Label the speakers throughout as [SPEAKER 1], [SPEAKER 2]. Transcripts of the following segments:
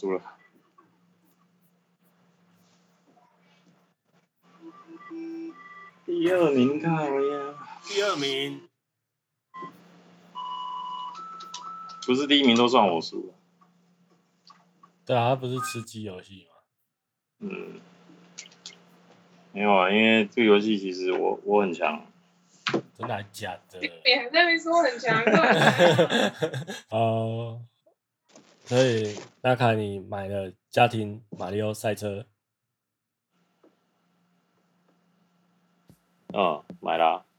[SPEAKER 1] 输了。第二名靠呀！
[SPEAKER 2] 第二名
[SPEAKER 1] 不是第一名都算我输了。
[SPEAKER 3] 对啊，他不是吃鸡游戏吗？
[SPEAKER 1] 没有啊，因为这个游戏其实我很强。
[SPEAKER 3] 真的还假的？
[SPEAKER 4] 你还在那边说很强，
[SPEAKER 3] 哦，所以那卡你买了家庭马里奥赛车？
[SPEAKER 1] 买啦、啊。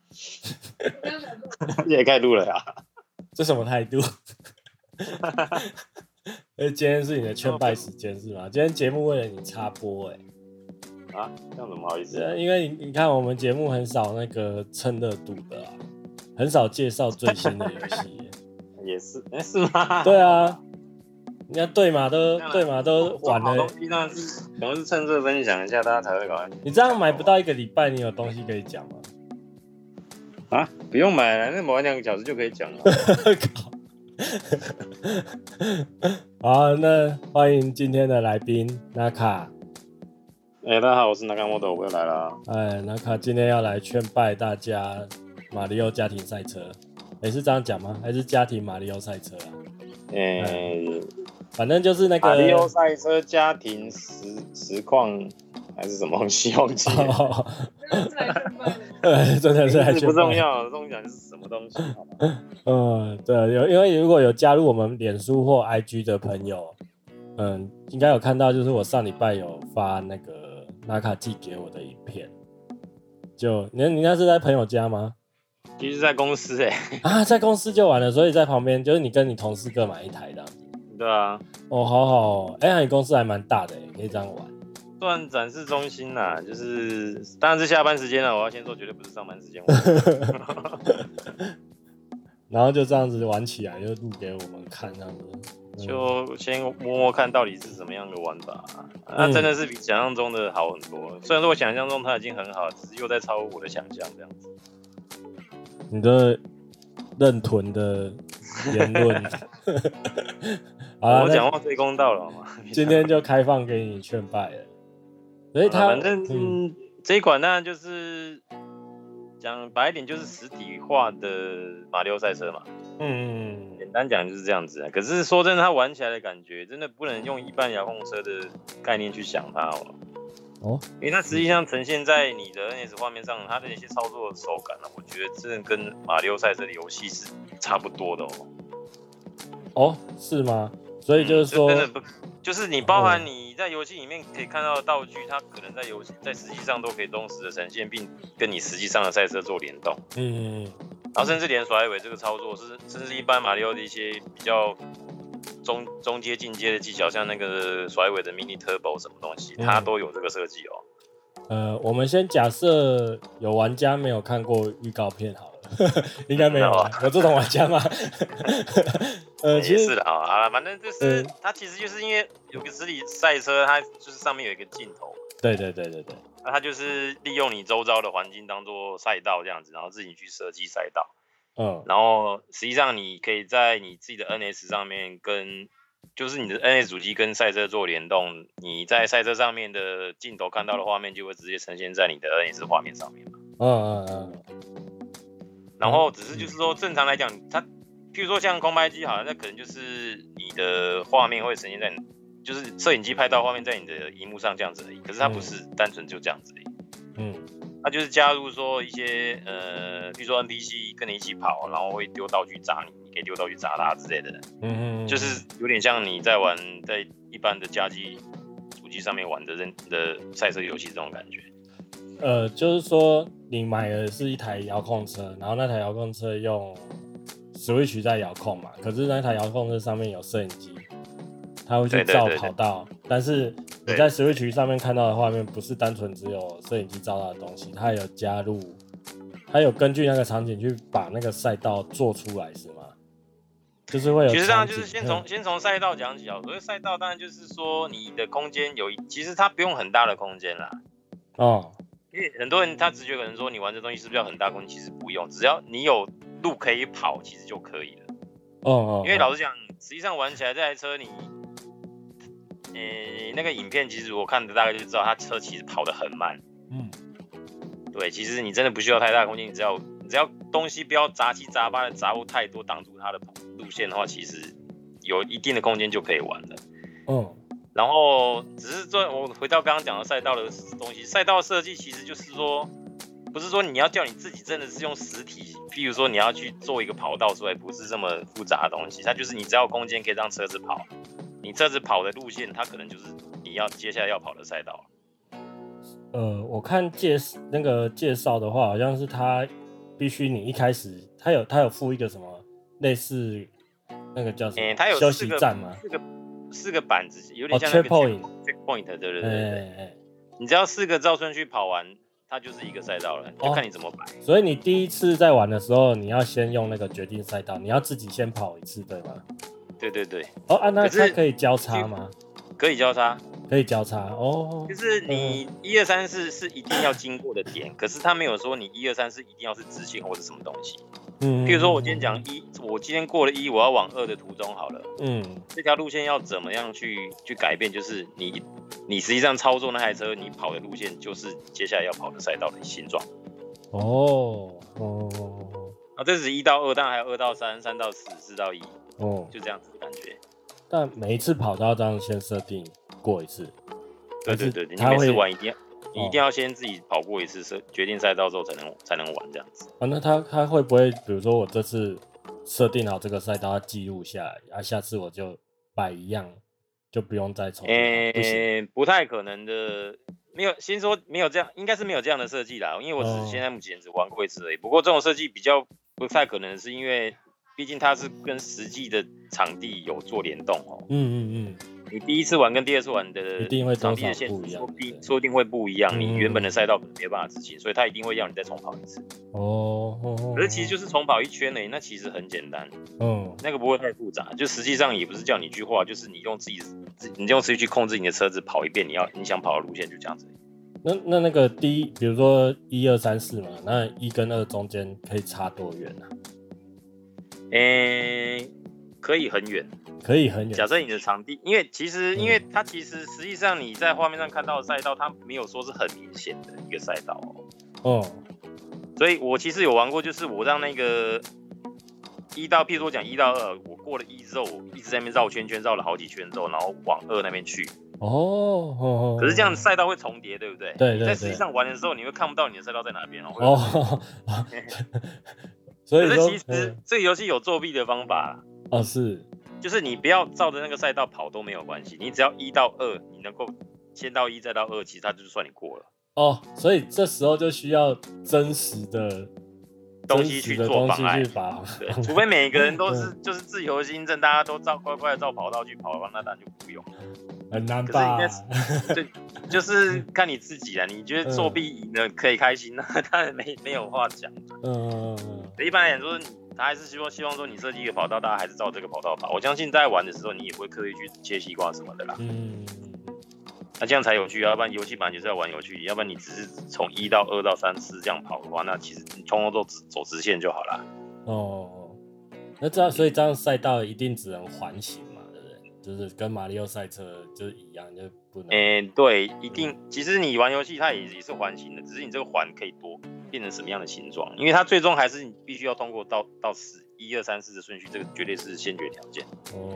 [SPEAKER 1] 也开始录了呀。
[SPEAKER 3] 这什么态度？今天是你的劝败时间是吗？今天节目为了你插播
[SPEAKER 1] 啊，这样怎么好意思？
[SPEAKER 3] 因为你看我们节目很少那个蹭热度的啊，很少介绍最新的游戏。
[SPEAKER 1] 也是，是吗？
[SPEAKER 3] 对啊，人家对嘛都晚了。
[SPEAKER 1] 东西当然是可能是趁热分享一下，大家才会搞。
[SPEAKER 3] 你这样买不到1个礼拜，你有东西可以讲吗？
[SPEAKER 1] 啊，不用买了，那玩2个小时就可以讲了。
[SPEAKER 3] 好，那欢迎今天的来宾纳卡。
[SPEAKER 1] 大家好，我是Nakamoto，我又来了。
[SPEAKER 3] 纳卡今天要来劝败大家马里奥家庭赛车，是这样讲吗？还是家庭马里奥赛车啊？
[SPEAKER 1] 反
[SPEAKER 3] 正就是那个
[SPEAKER 1] 马里奥赛车家庭实况还是什么东西忘记了。
[SPEAKER 3] 真的是来劝败。
[SPEAKER 1] 不重要，重点是什么东西，好吗？
[SPEAKER 3] 对，因为如果有加入我们脸书或 IG 的朋友，应该有看到，就是我上礼拜有发那个纳卡寄给我的影片。就你那是在朋友家吗？
[SPEAKER 1] 其实在公司
[SPEAKER 3] 在公司就完了，所以在旁边就是你跟你同事各买一台这样子。
[SPEAKER 1] 对啊。
[SPEAKER 3] 好好哦，你公司还蛮大的可以这样玩。
[SPEAKER 1] 算展示中心啦，就是当然是下班时间了，我要先说绝对不是上班时间。
[SPEAKER 3] 然后就这样子玩起来，就录给我们看这样子。
[SPEAKER 1] 就先摸摸看到底是什么样的玩法，那真的是比想象中的好很多。虽然说我想象中它已经很好，只是又在超乎我的想象这样子。
[SPEAKER 3] 你的认屯的言论，
[SPEAKER 1] 我讲话最公道了嘛。
[SPEAKER 3] 今天就开放给你劝败了。所以
[SPEAKER 1] 反正这一款当然就是讲白一点，就是实体化的马里奥赛车嘛。简单讲就是这样子。可是说真的，它玩起来的感觉真的不能用一般遥控车的概念去想它因为它实际上呈现在你的 NS 画面上，它的一些操作的手感我觉得真的跟马里奥赛车的游戏是差不多的
[SPEAKER 3] 是吗？所以就是说，
[SPEAKER 1] 真的不，就是你包含你在游戏里面可以看到的道具，它可能在实际上都可以同时的呈现，并跟你实际上的赛车做联动。然后甚至连甩尾这个操作，甚至一般马里奥的一些比较中阶进阶的技巧，像那个甩尾的 mini turbo 什么东西，它都有这个设计
[SPEAKER 3] 我们先假设有玩家没有看过预告片好了。应该没有有这种玩家吗？
[SPEAKER 1] 也是的反正就是它其实就是因为有个实体赛车，它就是上面有一个镜头。
[SPEAKER 3] 对。
[SPEAKER 1] 那它就是利用你周遭的环境当做赛道这样子，然后自己去设计赛道。然后实际上你可以在你自己的 NS 上面就是你的 NS 主机跟赛车做联动，你在赛车上面的镜头看到的画面就会直接呈现在你的 NS 画面上面。然后只是就是说，正常来讲，它譬如说像空拍机好了，那可能就是你的画面会呈现在，就是摄影机拍到画面在你的荧幕上这样子而已。可是它不是单纯就这样子而已。它就是加入说一些譬如说 NPC 跟你一起跑，然后会丢道具砸你，你可以丢道具砸他之类的。就是有点像你在一般的家机主机上面玩的赛车游戏这种感觉。
[SPEAKER 3] 就是说你买的是一台遥控车，然后那台遥控车用 Switch 在遥控嘛，可是那台遥控车上面有摄影机，它会去照跑道，但是你在 Switch 上面看到的画面不是单纯只有摄影机照到的东西，它有加入，它有根据那个场景去把那个赛道做出来是吗？就是会有
[SPEAKER 1] 其实当然就是先从赛道讲起啊。所谓赛道当然就是说你的空间其实它不用很大的空间啦。因为很多人他直觉可能说你玩这东西是不是要很大空间？其实不用，只要你有路可以跑，其实就可以了。因为老实讲，实际上玩起来这台车那个影片其实我看的大概就知道，他车其实跑得很慢。对，其实你真的不需要太大的空间，你只要东西不要杂七杂八的杂物太多挡住它的路线的话，其实有一定的空间就可以玩了。然后只是说，我回到刚刚讲的赛道的东西，赛道设计其实就是说，不是说你要叫你自己真的是用实体，譬如说你要去做一个跑道出来，不是这么复杂的东西，它就是你只要有空间可以让车子跑，你车子跑的路线，它可能就是你接下来要跑的赛道。
[SPEAKER 3] 我看那个介绍的话，好像是它必须你一开始，它有附一个什么类似那个叫什么？
[SPEAKER 1] 它有
[SPEAKER 3] 休息站吗？
[SPEAKER 1] 四个板子，有点像那个
[SPEAKER 3] checkpoint，
[SPEAKER 1] 对。你只要4个照顺序跑完，它就是一个赛道了，就看你怎么摆。
[SPEAKER 3] 所以你第一次在玩的时候，你要先用那个决定赛道，你要自己先跑一次，对吗？
[SPEAKER 1] 对。
[SPEAKER 3] 那它可以交叉吗？
[SPEAKER 1] 可以交叉。
[SPEAKER 3] 可以交叉哦，
[SPEAKER 1] 就是你1、2、3、4是一定要经过的点，可是他没有说你1、2、3、4一定要是直线或者什么东西。譬如说我今天讲我今天过了1，我要往2的途中好了。这条路线要怎么样去改变？就是你实际上操作那台车，你跑的路线就是接下来要跑的赛道的形状。这是1到2，当然还有2到3、3到4、4到1，就这样子的感觉。
[SPEAKER 3] 但每一次跑都要这样先设定过一次。
[SPEAKER 1] 对，你每次玩你一定要先自己跑过一次，决定赛道之后才能玩这样子。
[SPEAKER 3] 那他会不会，比如说我这次设定好这个赛道要记录下来，下次我就摆一样，就不用再重新
[SPEAKER 1] 不太可能的，没有，先说没有这样，应该是没有这样的设计啦，因为我现在目前只玩过一次而已。不过这种设计比较不太可能，是因为毕竟它是跟实际的场地有做联动哦。你第一次玩跟第二次玩的场地的限制说不定会不一样，你原本的赛道可能没办法执行，所以它一定会要你再重跑一次。可是其实就是重跑一圈而已，那其实很简单。那个不会太复杂，就实际上也不是叫你一句话，就是你用实际去控制你的车子跑一遍你想跑的路线，就这样子。
[SPEAKER 3] 那个比如说1、2、3、4嘛，那1跟2中间可以差多远啊？
[SPEAKER 1] 可以很远。假设你的场地，因为它其实实际上你在画面上看到的赛道，它没有说是很明显的一个赛道所以我其实有玩过，就是我让那个譬如说讲1到2，我过了1之后，我一直在那边绕圈圈，绕了好几圈之后，然后往2那边去。可是这样赛道会重叠，对不对？
[SPEAKER 3] 对。
[SPEAKER 1] 在实际上玩的时候，你会看不到你的赛道在哪边
[SPEAKER 3] 所以说，
[SPEAKER 1] 其实这个游戏有作弊的方法
[SPEAKER 3] 是。
[SPEAKER 1] 就是你不要照着那个赛道跑都没有关系，你只要1到2，你能够先到1再到2，其实它就算你过了。
[SPEAKER 3] 所以这时候就需要真实的
[SPEAKER 1] 东西去做妨碍。
[SPEAKER 3] 对，
[SPEAKER 1] 除非每个人都是就是自由心证，大家都乖乖的照跑道去跑的话，那当然就不用。
[SPEAKER 3] 很难吧？
[SPEAKER 1] 就是看你自己啦。你觉得作弊赢了可以开心，那当然没有话讲。一般来讲说，他还是希望说你设计一个跑道，大家还是照这个跑道跑。我相信在玩的时候，你也不会刻意去切西瓜什么的啦。那这样才有趣，要不然游戏本来就是要玩有趣，要不然你只是从1到2到3、4这样跑的话，那其实你通通都走直线就好啦。
[SPEAKER 3] 那所以这样赛道一定只能环形嘛，对不对？就是跟马里奥赛车就是一样，就不能。
[SPEAKER 1] 对，一定。其实你玩游戏它也是环形的，只是你这个环可以变成什么样的形状，因为它最终还是你必须要通过到4、1、2、3、4的顺序，这个绝对是先决条件。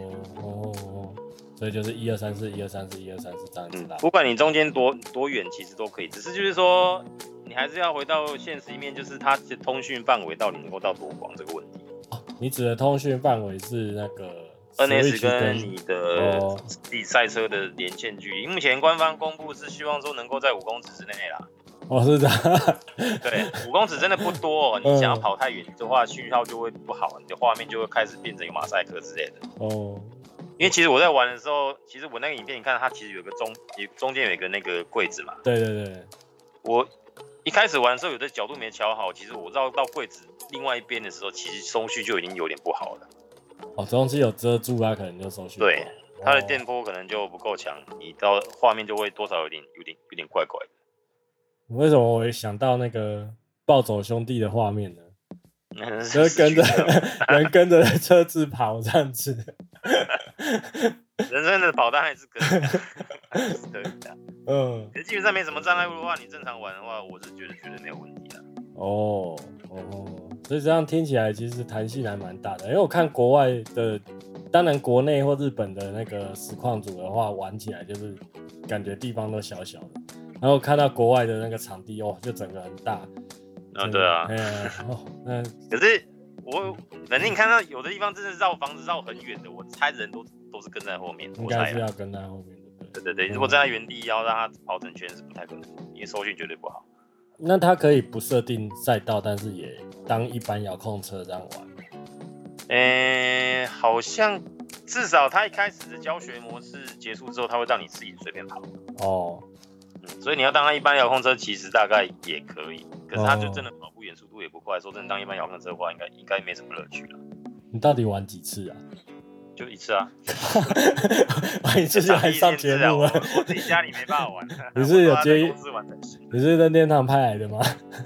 [SPEAKER 3] 所以就是1、2、3、4、1、2、3、4、1、2、3、4这样子啦。
[SPEAKER 1] 不管你中间多远，其实都可以，只是就是说，你还是要回到现实一面，就是它的通讯范围到底能够到多广这个问题。
[SPEAKER 3] 你指的通讯范围是那个
[SPEAKER 1] NS 跟你的比赛车的连线距离，目前官方公布是希望说能够在5公尺之内啦。
[SPEAKER 3] 是这样。
[SPEAKER 1] 对，5公尺真的不多你想要跑太远的话，讯号就会不好，你的画面就会开始变成有马赛克之类的。因为其实我在玩的时候，其实我那个影片你看，它其实有个中间有一个那个柜子嘛。
[SPEAKER 3] 对。
[SPEAKER 1] 我一开始玩的时候，有的角度没调好，其实我绕到柜子另外一边的时候，其实松序就已经有点不好了。
[SPEAKER 3] 这东西有遮住可能就松序。
[SPEAKER 1] 对，它的电波可能就不够强，你到画面就会多少有点怪怪的。
[SPEAKER 3] 为什么我会想到那个暴走兄弟的画面呢？就是人跟着车子跑这样子。
[SPEAKER 1] 人生的跑道还是可以的，还是可以的。可是基本上没什么障碍物的话，你正常玩的话，我是觉得绝对没有问题的。
[SPEAKER 3] 所以这样听起来其实弹性还蛮大的，因为我看国外的，当然国内或日本的那个实况组的话，玩起来就是感觉地方都小小的，然后看到国外的那个场地就整个很大。
[SPEAKER 1] 对啊。可是反正你看到有的地方真的绕房子绕很远的，我猜人都是跟在后面。
[SPEAKER 3] 应该是要跟在后面的。
[SPEAKER 1] 对，如果站在原地要让他跑整圈是不太可能，因为收讯绝对不好。
[SPEAKER 3] 那他可以不设定赛道，但是也当一般遥控车这样玩。
[SPEAKER 1] 好像至少他一开始的教学模式结束之后，他会让你自己随便跑。所以你要当他一般遥控车，其实大概也可以，可是他就真的跑不远，速度也不快。说真的，当一般遥控车的话，应该没什么乐趣了。
[SPEAKER 3] 你到底玩几次啊？
[SPEAKER 1] 就一次啊。
[SPEAKER 3] 玩一次就还上节目了。
[SPEAKER 1] 我自己家里没办法玩。
[SPEAKER 3] 你是有接？
[SPEAKER 1] 公司玩才行。
[SPEAKER 3] 你是任天堂派来的吗？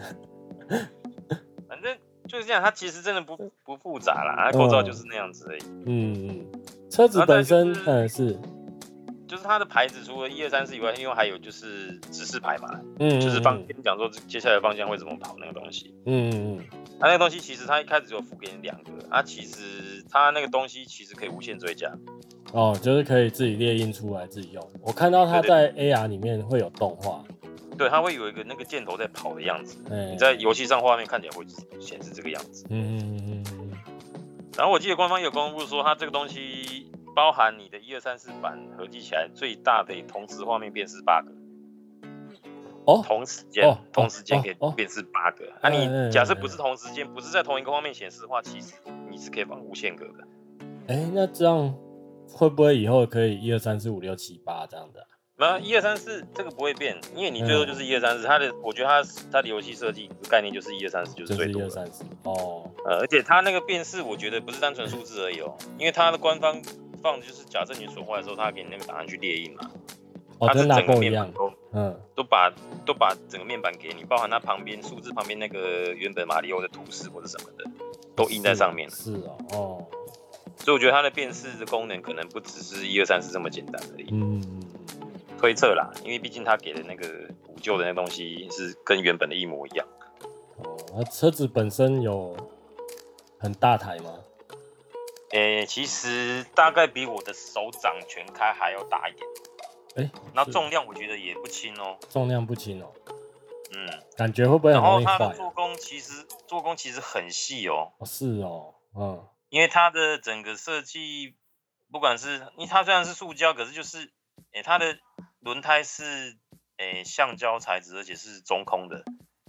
[SPEAKER 1] 反正就是这样，它其实真的不复杂啦，它构造就是那样子而已。
[SPEAKER 3] 车子本身是。
[SPEAKER 1] 就是它的牌子除了1、2、3、4以外，因为还有就是指示牌嘛，就是跟你讲说接下来的方向会怎么跑那个东西。那个东西其实它一开始只有附给你2个，其实它那个东西其实可以无限追加。
[SPEAKER 3] 就是可以自己列印出来自己用。我看到它在 AR 里面会有动画，
[SPEAKER 1] 对，它会有一个那个箭头在跑的样子，你在游戏上画面看起来会显示这个样子。然后我记得官方有公布说，它这个东西包含你的1、2、3、4版合计起来最大的同时画面辨识8个。同时间可以辨识8个。你假设不是同时间，不是在同一个画面显示的话，其实你是可以放无限个的。
[SPEAKER 3] 那这样会不会以后可以1、2、3、4、5、6、7、8这样的？
[SPEAKER 1] 那1、2、3、4这个不会变，因为你最后就是1、2、3、4。我觉得它的游戏设计概念就是1、2、3、4就是最多的。
[SPEAKER 3] 1、2、3、4。
[SPEAKER 1] 而且它那个辨识，我觉得不是单纯数字而已因为它的官方放的就是假设你损坏的时候，它给你那个档案去列印嘛。它是整个面板都把整个面板给你，包含它旁边数字旁边那个原本马里奥的图示或者什么的，都印在上面了。
[SPEAKER 3] 所
[SPEAKER 1] 以我觉得它的辨识的功能可能不只是1、2、3、4这么简单而已。推测啦，因为毕竟他给的那个补救的那东西是跟原本的一模一样。
[SPEAKER 3] 车子本身有很大台吗？
[SPEAKER 1] 其实大概比我的手掌全开还要大一点。那重量我觉得也不轻
[SPEAKER 3] 重量不轻感觉会不会很容易坏？
[SPEAKER 1] 然后它的做工其实很细
[SPEAKER 3] 是
[SPEAKER 1] 因为它的整个设计，不管是因为它虽然是塑胶，可是就是它的轮胎是橡胶材质，而且是中空的。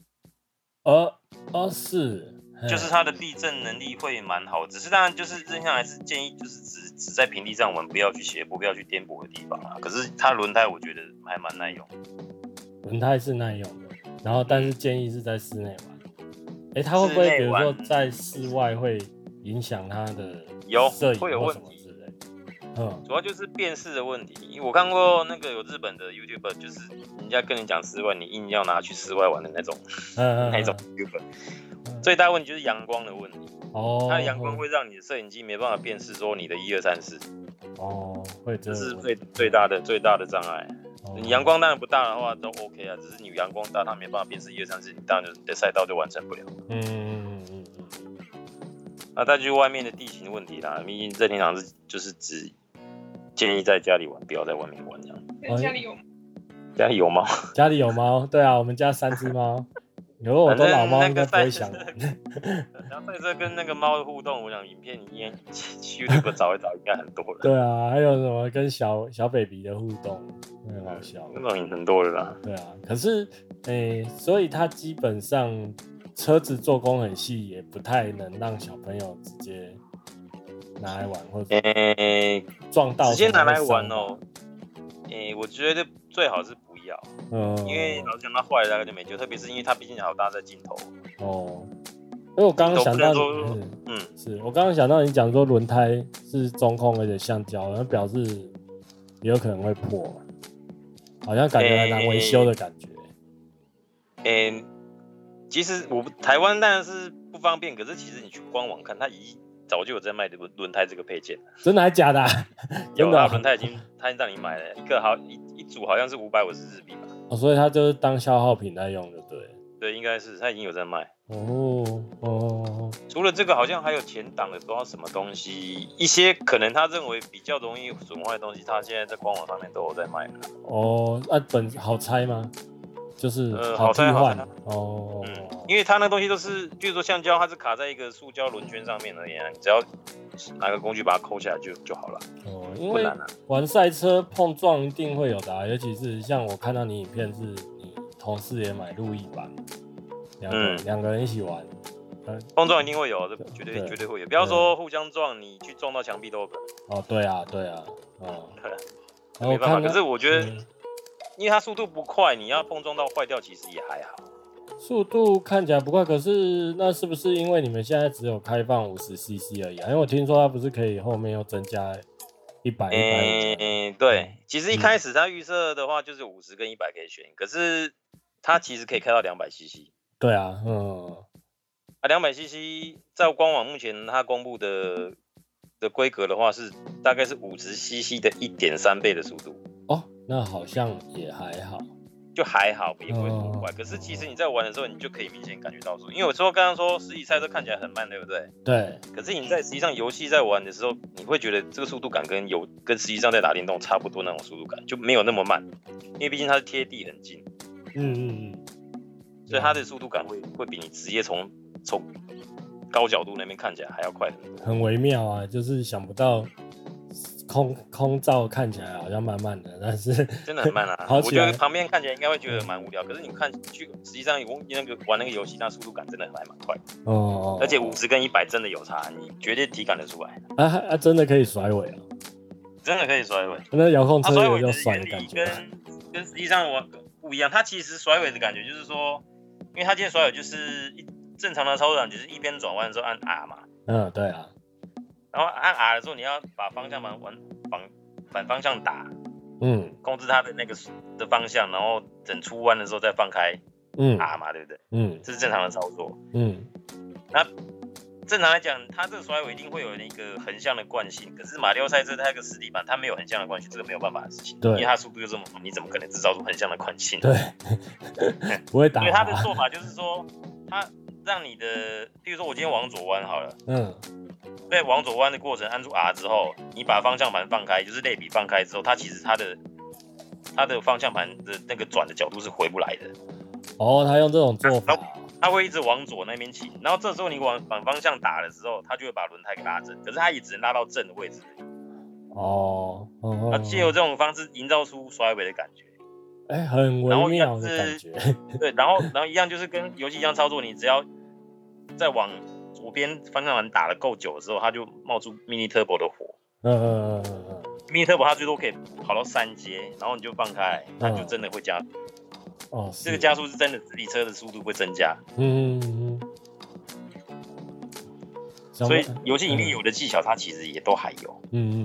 [SPEAKER 3] 是，
[SPEAKER 1] 就是它的避震能力会蛮好，只是当然就是正向还是建议就是只在平地上玩，不要去斜坡，不要去颠簸的地方可是它轮胎我觉得还蛮耐用。
[SPEAKER 3] 轮胎是耐用的，然后但是建议是在室内玩。它会不会比如说在室外会影响它的摄影
[SPEAKER 1] 会有问题？主要就是辨识的问题，因为我看过那个有日本的 YouTuber， 就是人家跟你讲室外，你硬要拿去室外玩的那种YouTuber，最大问题就是阳光的问题。它的阳光会让你的摄影机没办法辨识说你的1、2、3、4。这是最大的障碍。你阳光当然不大的话都 OK 只是你阳光大，它没办法辨识1、2、3、4，你当然你的赛道就完成不了。再就是外面的地形问题啦，毕竟任天堂就是只建议在家里玩，不要在外面玩这样。
[SPEAKER 4] 家里有
[SPEAKER 1] 猫？
[SPEAKER 3] 家里有猫？对啊，我们家3只猫。如果我都老猫应该不会想玩。
[SPEAKER 1] 然后赛车跟那个猫的互动，我想影片你应该 YouTube 找一找，应该很多了。
[SPEAKER 3] 对啊，还有什么跟小 baby 的互动，很好笑。
[SPEAKER 1] 那种很多的啦。
[SPEAKER 3] 对啊，可是所以它基本上车子做工很细，也不太能让小朋友直接拿来玩，或者撞到
[SPEAKER 1] 直接拿来玩我觉得最好是不要，因为老实讲它坏了大概就没救，特别是因为它毕竟还要搭在镜头。
[SPEAKER 3] 因为我刚刚想到，我刚刚想到你讲说轮胎是中空而且橡胶，那表示也有可能会破，好像感觉很难维修的感觉。
[SPEAKER 1] 其实台湾当然是不方便，可是其实你去官网看，它早就有在卖轮胎这个配件。
[SPEAKER 3] 真的还假的、啊？
[SPEAKER 1] 有啊，轮胎他已经让你买了，一组好像是550日币吧。
[SPEAKER 3] 哦，所以他就是当消耗品在用的，对。
[SPEAKER 1] 对，应该是他已经有在卖。
[SPEAKER 3] 哦。
[SPEAKER 1] 除了这个，好像还有前档的不知道什么东西，一些可能他认为比较容易损坏的东西，他现在在官网上面都有在卖了。
[SPEAKER 3] 哦，本好拆吗？就是
[SPEAKER 1] 好
[SPEAKER 3] 替换
[SPEAKER 1] 好
[SPEAKER 3] 哦。
[SPEAKER 1] 因为它那东西都是，比如说橡胶，它是卡在一个塑胶轮圈上面而已啊，你只要拿个工具把它抠下来就好了。
[SPEAKER 3] 哦，因为玩赛车碰撞一定会有的、啊，尤其是像我看到你影片是你同事也买路易版，两个人一起玩，
[SPEAKER 1] 碰撞一定会有，这绝对会有。不要说互相撞，你去撞到墙壁都有可能。
[SPEAKER 3] 哦，对啊，哦，
[SPEAKER 1] 没办法。可是我觉得，因为它速度不快，你要碰撞到坏掉，其实也还好。
[SPEAKER 3] 速度看起来不快，可是那是不是因为你们现在只有开放50cc 而已啊？因为我听说它不是可以后面又增加100、150。
[SPEAKER 1] 对，其实一开始它预设的话就是50跟100可以选，可是它其实可以开到200cc。
[SPEAKER 3] 对啊
[SPEAKER 1] ，200cc 在官网目前它公布的规格的话是大概是50cc 的1.3倍的速度。
[SPEAKER 3] 哦，那好像也还好。
[SPEAKER 1] 就还好，也不会多快。可是其实你在玩的时候，你就可以明显感觉到说，因为我刚刚说实体赛车看起来很慢，对不对？
[SPEAKER 3] 对。
[SPEAKER 1] 可是你在实际上游戏在玩的时候，你会觉得这个速度感跟实际上在打电动差不多那种速度感，就没有那么慢，因为毕竟它是贴地很近。所以它的速度感会比你直接从高角度那边看起来还要快很多。
[SPEAKER 3] 很微妙啊，就是想不到。空照看起来好像慢慢的，但是
[SPEAKER 1] 真的很慢啊。我觉得旁边看起来应该会觉得蛮无聊，可是你看实际上玩那个游戏，那速度感真的还蛮快的。哦。而且50跟100真的有差，你绝对体感得出来。
[SPEAKER 3] 真的可以甩尾啊！
[SPEAKER 1] 真的可以甩尾。
[SPEAKER 3] 那遥控车
[SPEAKER 1] 有
[SPEAKER 3] 就甩的感觉。
[SPEAKER 1] 跟实际上我不一样，它其实甩尾的感觉就是说，因为它今天甩尾就是正常的操作感，就是一边转弯的时候按 R 嘛。
[SPEAKER 3] 对啊。
[SPEAKER 1] 然后按 R 的时候，你要把方向盘反方向打，控制它的那个的方向，然后等出弯的时候再放开，R 嘛，对不对？这是正常的操作。那正常来讲，它这个甩尾一定会有一个横向的惯性，可是马里奥赛车它那个实体版它没有横向的惯性，这个没有办法的事情，因为它速度就这么慢，你怎么可能制造出横向的惯性？
[SPEAKER 3] 对，不会打。
[SPEAKER 1] 所以它的做法就是说，它让你的，比如说我今天往左弯好了，在往左弯的过程按住 R 之后，你把方向盘放开，就是类比放开之后，它其实它的方向盘的那个转的角度是回不来的。
[SPEAKER 3] 哦，他用这种做法，
[SPEAKER 1] 它会一直往左那边倾，然后这时候你往反方向打的时候，它就会把轮胎给拉正，可是它也只能拉到正的位置。那借由这种方式营造出甩尾的感觉，
[SPEAKER 3] 很微妙的感觉。
[SPEAKER 1] 对，然后一样就是跟游戏一样操作，你只要再往左边方向盘打得够久的时候，它就冒出 Mini Turbo 的火。Mini Turbo 它最多可以跑到3阶，然后你就放开，它就真的会加速。这个加速是真的，实体车的速度会增加。所以游戏里面有的技巧，它其实也都还有。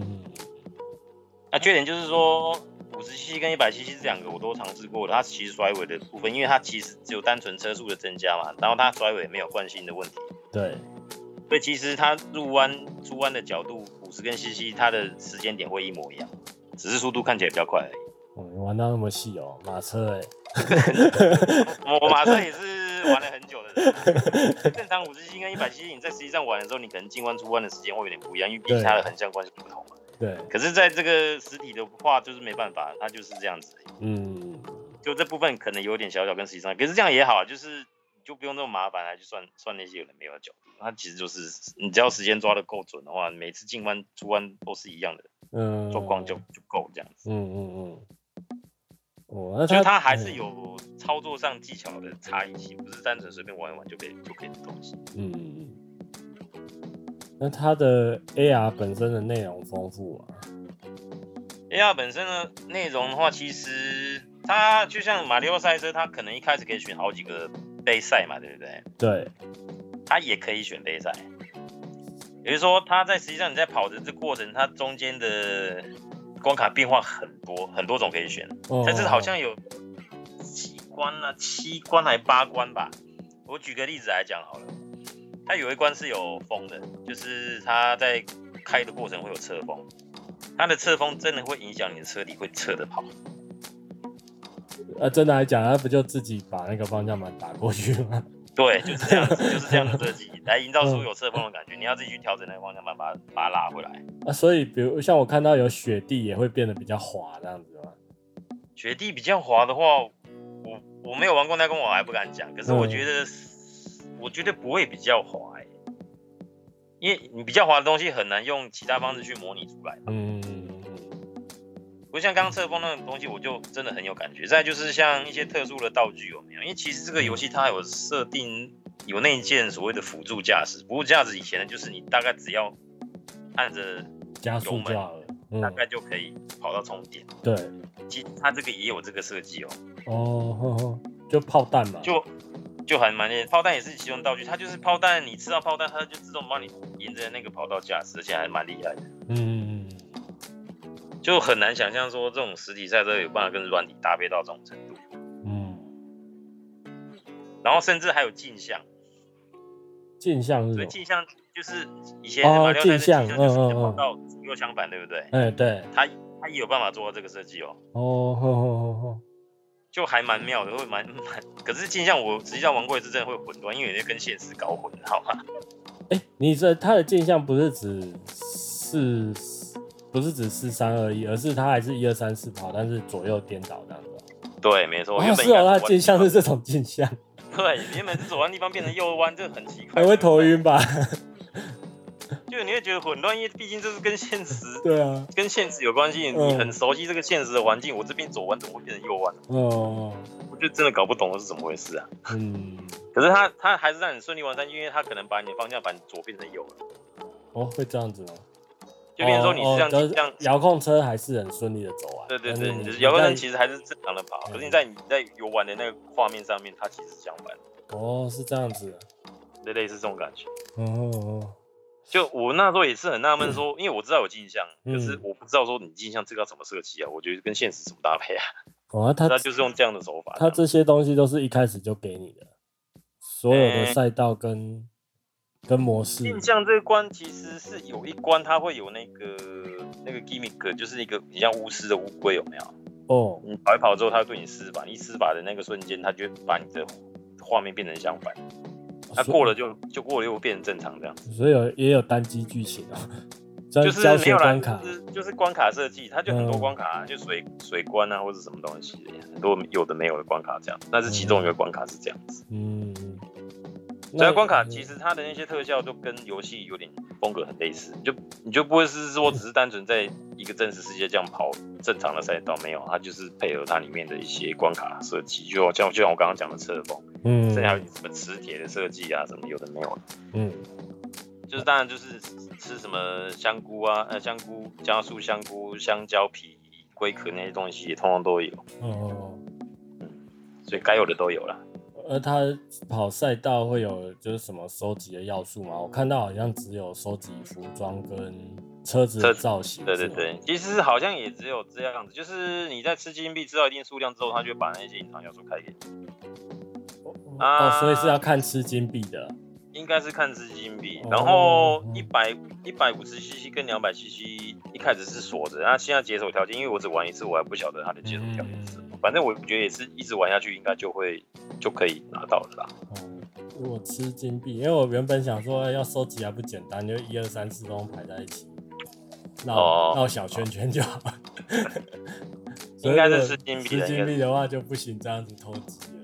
[SPEAKER 1] 那缺点就是说，50cc 跟100cc 这两个我都尝试过了，它其实甩尾的部分，因为它其实只有单纯车速的增加嘛，然后它甩尾没有惯性的问题。
[SPEAKER 3] 对。
[SPEAKER 1] 所以其实它出弯的角度50跟cc，它的时间点会一模一样，只是速度看起来比较快而已。
[SPEAKER 3] 玩到那么细哦，马车
[SPEAKER 1] 我马车也是玩了很久的人。正常50cc跟100cc，你在实际上玩的时候，你可能进弯出弯的时间会有点不一样，因为毕竟它的横向关系不同嘛。
[SPEAKER 3] 对。
[SPEAKER 1] 可是在这个实体的话，就是没办法，它就是这样子。就这部分可能有点小跟实际上，可是这样也好，就是你就不用那么麻烦来去算那些有的没有的角度。它其实就是你只要时间抓得够准的话，每次进弯出弯都是一样的，做光就够这样子。所以它还是有操作上技巧的差异性，不是单纯随便玩一玩就可以的东西。
[SPEAKER 3] 那它的 AR 本身的内容丰富啊。
[SPEAKER 1] AR 本身的内容的话，其实它就像马里奥赛车，它可能一开始可以选好几个杯赛嘛，对不对？
[SPEAKER 3] 对。
[SPEAKER 1] 它也可以选杯赛，也就是说，它在实际上你在跑的这过程，它中间的关卡变化很多种可以选。但是好像有7关还8关吧。我举个例子来讲好了， 它有一关是有风的，就是它在开的过程会有侧风，它的侧风真的会影响你的车底会侧着跑。
[SPEAKER 3] 真的来讲，他不就自己把那个方向盘打过去吗？
[SPEAKER 1] 对，就是这样子，就是这样的设计，来营造出有侧风的感觉。你要自己去调整那个方向盘，把它拉回来。
[SPEAKER 3] 所以比如像我看到有雪地也会变得比较滑这样子吗？
[SPEAKER 1] 雪地比较滑的话，我没有玩过那关，我还不敢讲。可是我觉得不会比较滑因为你比较滑的东西很难用其他方式去模拟出来。不像刚刚侧风那种东西，我就真的很有感觉。再就是像一些特殊的道具有没有？因为其实这个游戏它有设定有内建所谓的辅助驾驶，辅助驾驶以前呢就是你大概只要按着
[SPEAKER 3] 加速就好了，
[SPEAKER 1] 大概就可以跑到终点。
[SPEAKER 3] 对，
[SPEAKER 1] 其实它这个也有这个设计
[SPEAKER 3] 就炮弹嘛，
[SPEAKER 1] 就还蛮厉害。炮弹也是其中道具，它就是炮弹，你吃到炮弹，它就自动帮你沿着那个跑道驾驶，而且还蛮厉害的。就很难想象说这种实体赛车有办法跟软体搭配到这种程度。然后甚至还有镜像。
[SPEAKER 3] 镜像是什么？
[SPEAKER 1] 所以镜像就是以前马里奥赛车镜像就是跑道左右相反，对不对？
[SPEAKER 3] 对。
[SPEAKER 1] 它也有办法做到这个设计就还蛮妙的，会蛮。可是镜像我实际上玩过一次，真的会混乱，因为有些跟现实搞混，好吗？
[SPEAKER 3] 你它的镜像不是指4-3-2-1，而是它还是1、2、3、4跑，但是左右颠倒这样子。
[SPEAKER 1] 对，没错。
[SPEAKER 3] 它的镜像是这种镜像。
[SPEAKER 1] 对，原本是左弯地方变成右弯，这很奇怪。
[SPEAKER 3] 会头晕吧？
[SPEAKER 1] 就你会觉得混乱，因为毕竟这是跟现实，
[SPEAKER 3] 对啊，
[SPEAKER 1] 跟现实有关系。你很熟悉这个现实的环境，我这边左弯怎么会变成右弯？我就真的搞不懂是怎么回事啊。可是他还是让你顺利完赛，因为他可能把你的方向盘左变成右了。
[SPEAKER 3] 会这样子吗？
[SPEAKER 1] 就变成说你是这样
[SPEAKER 3] 遥控车还是很顺利的走完。
[SPEAKER 1] 对，就是遥控车其实还是正常的跑，可是你在游玩的那个画面上面，它其实是相反的。
[SPEAKER 3] 是这样子
[SPEAKER 1] 的，类似这种感觉。就我那时候也是很纳闷说，因为我知道有镜像，可是我不知道说你镜像这个要怎么设计啊？我觉得跟现实怎么搭配啊？他就是用这样的手法。
[SPEAKER 3] 他这些东西都是一开始就给你的，所有的赛道跟模式。
[SPEAKER 1] 镜像这个关其实是有一关，它会有那个 gimmick， 就是一个很像巫师的乌龟，有没有？你跑一跑之后，它会对你施法，一施法的那个瞬间，它就把你的画面变成相反。它过了就过了，又变成正常这样子。
[SPEAKER 3] 所以也有单机剧情
[SPEAKER 1] 就是没有关卡，就是关卡设计，它就很多关卡，就水关啊或者什么东西的，很多有的没有的关卡这样。那是其中一个关卡是这样子。所以关卡其实它的那些特效都跟游戏有点风格很类似，你就不会是说只是单纯在一个真实世界这样跑正常的赛道，没有，它就是配合它里面的一些关卡设计，就像我刚刚讲的侧风，甚至还有什么磁铁的设计啊，什么有的没有的。就是当然就是吃什么香菇啊，加速香菇、香蕉皮、龟壳那些东西也通通都有。所以该有的都有啦。
[SPEAKER 3] 而他跑赛道会有就是什么收集的要素吗？我看到好像只有收集服装跟车子的造型。
[SPEAKER 1] 对，其实好像也只有这样子，就是你在吃金币吃到一定数量之后，他就把那些隐藏要素开给你。
[SPEAKER 3] 所以是要看吃金币的。
[SPEAKER 1] 应该是看吃金币，然后150cc 跟200cc 一开始是锁着，那现在解锁条件，因为我只玩一次，我还不晓得它的解锁条件是什么。反正我觉得也是一直玩下去，应该就可以拿到了啦。
[SPEAKER 3] 如果吃金币，因为我原本想说要收集还不简单，就1、2、3、4都排在一起，绕小圈圈就好。
[SPEAKER 1] 应该是吃金币的，
[SPEAKER 3] 吃金币的话就不行，这样子偷鸡了。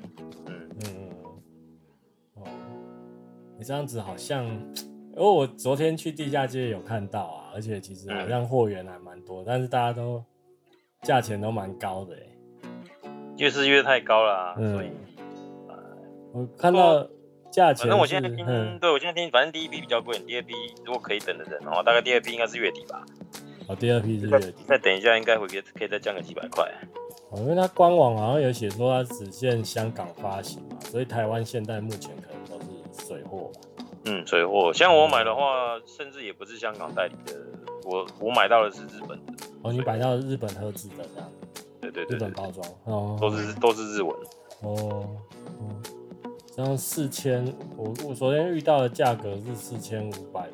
[SPEAKER 3] 你这样子好像，因为我昨天去地下街有看到啊，而且其实好像货源还蛮多，但是大家都价钱都蛮高的
[SPEAKER 1] 越是越太高了所以
[SPEAKER 3] 我看到价钱，
[SPEAKER 1] 反正我现在听，我现在听，反正第一批比较贵，第二批如果可以等的人大概第二批应该是月底吧。
[SPEAKER 3] 第二批是月底，
[SPEAKER 1] 再等一下应该可以再降个几百块。
[SPEAKER 3] 因为它官网好像有写说它只限香港发行嘛，所以台湾现在目前可能都是水货吧。
[SPEAKER 1] 水货，像我买的话，甚至也不是香港代理的，我买到的是日本的。
[SPEAKER 3] 你买到日本合资的这样。对，日本包装
[SPEAKER 1] 都是日文。
[SPEAKER 3] 这样4000，我昨天遇到的价格是4580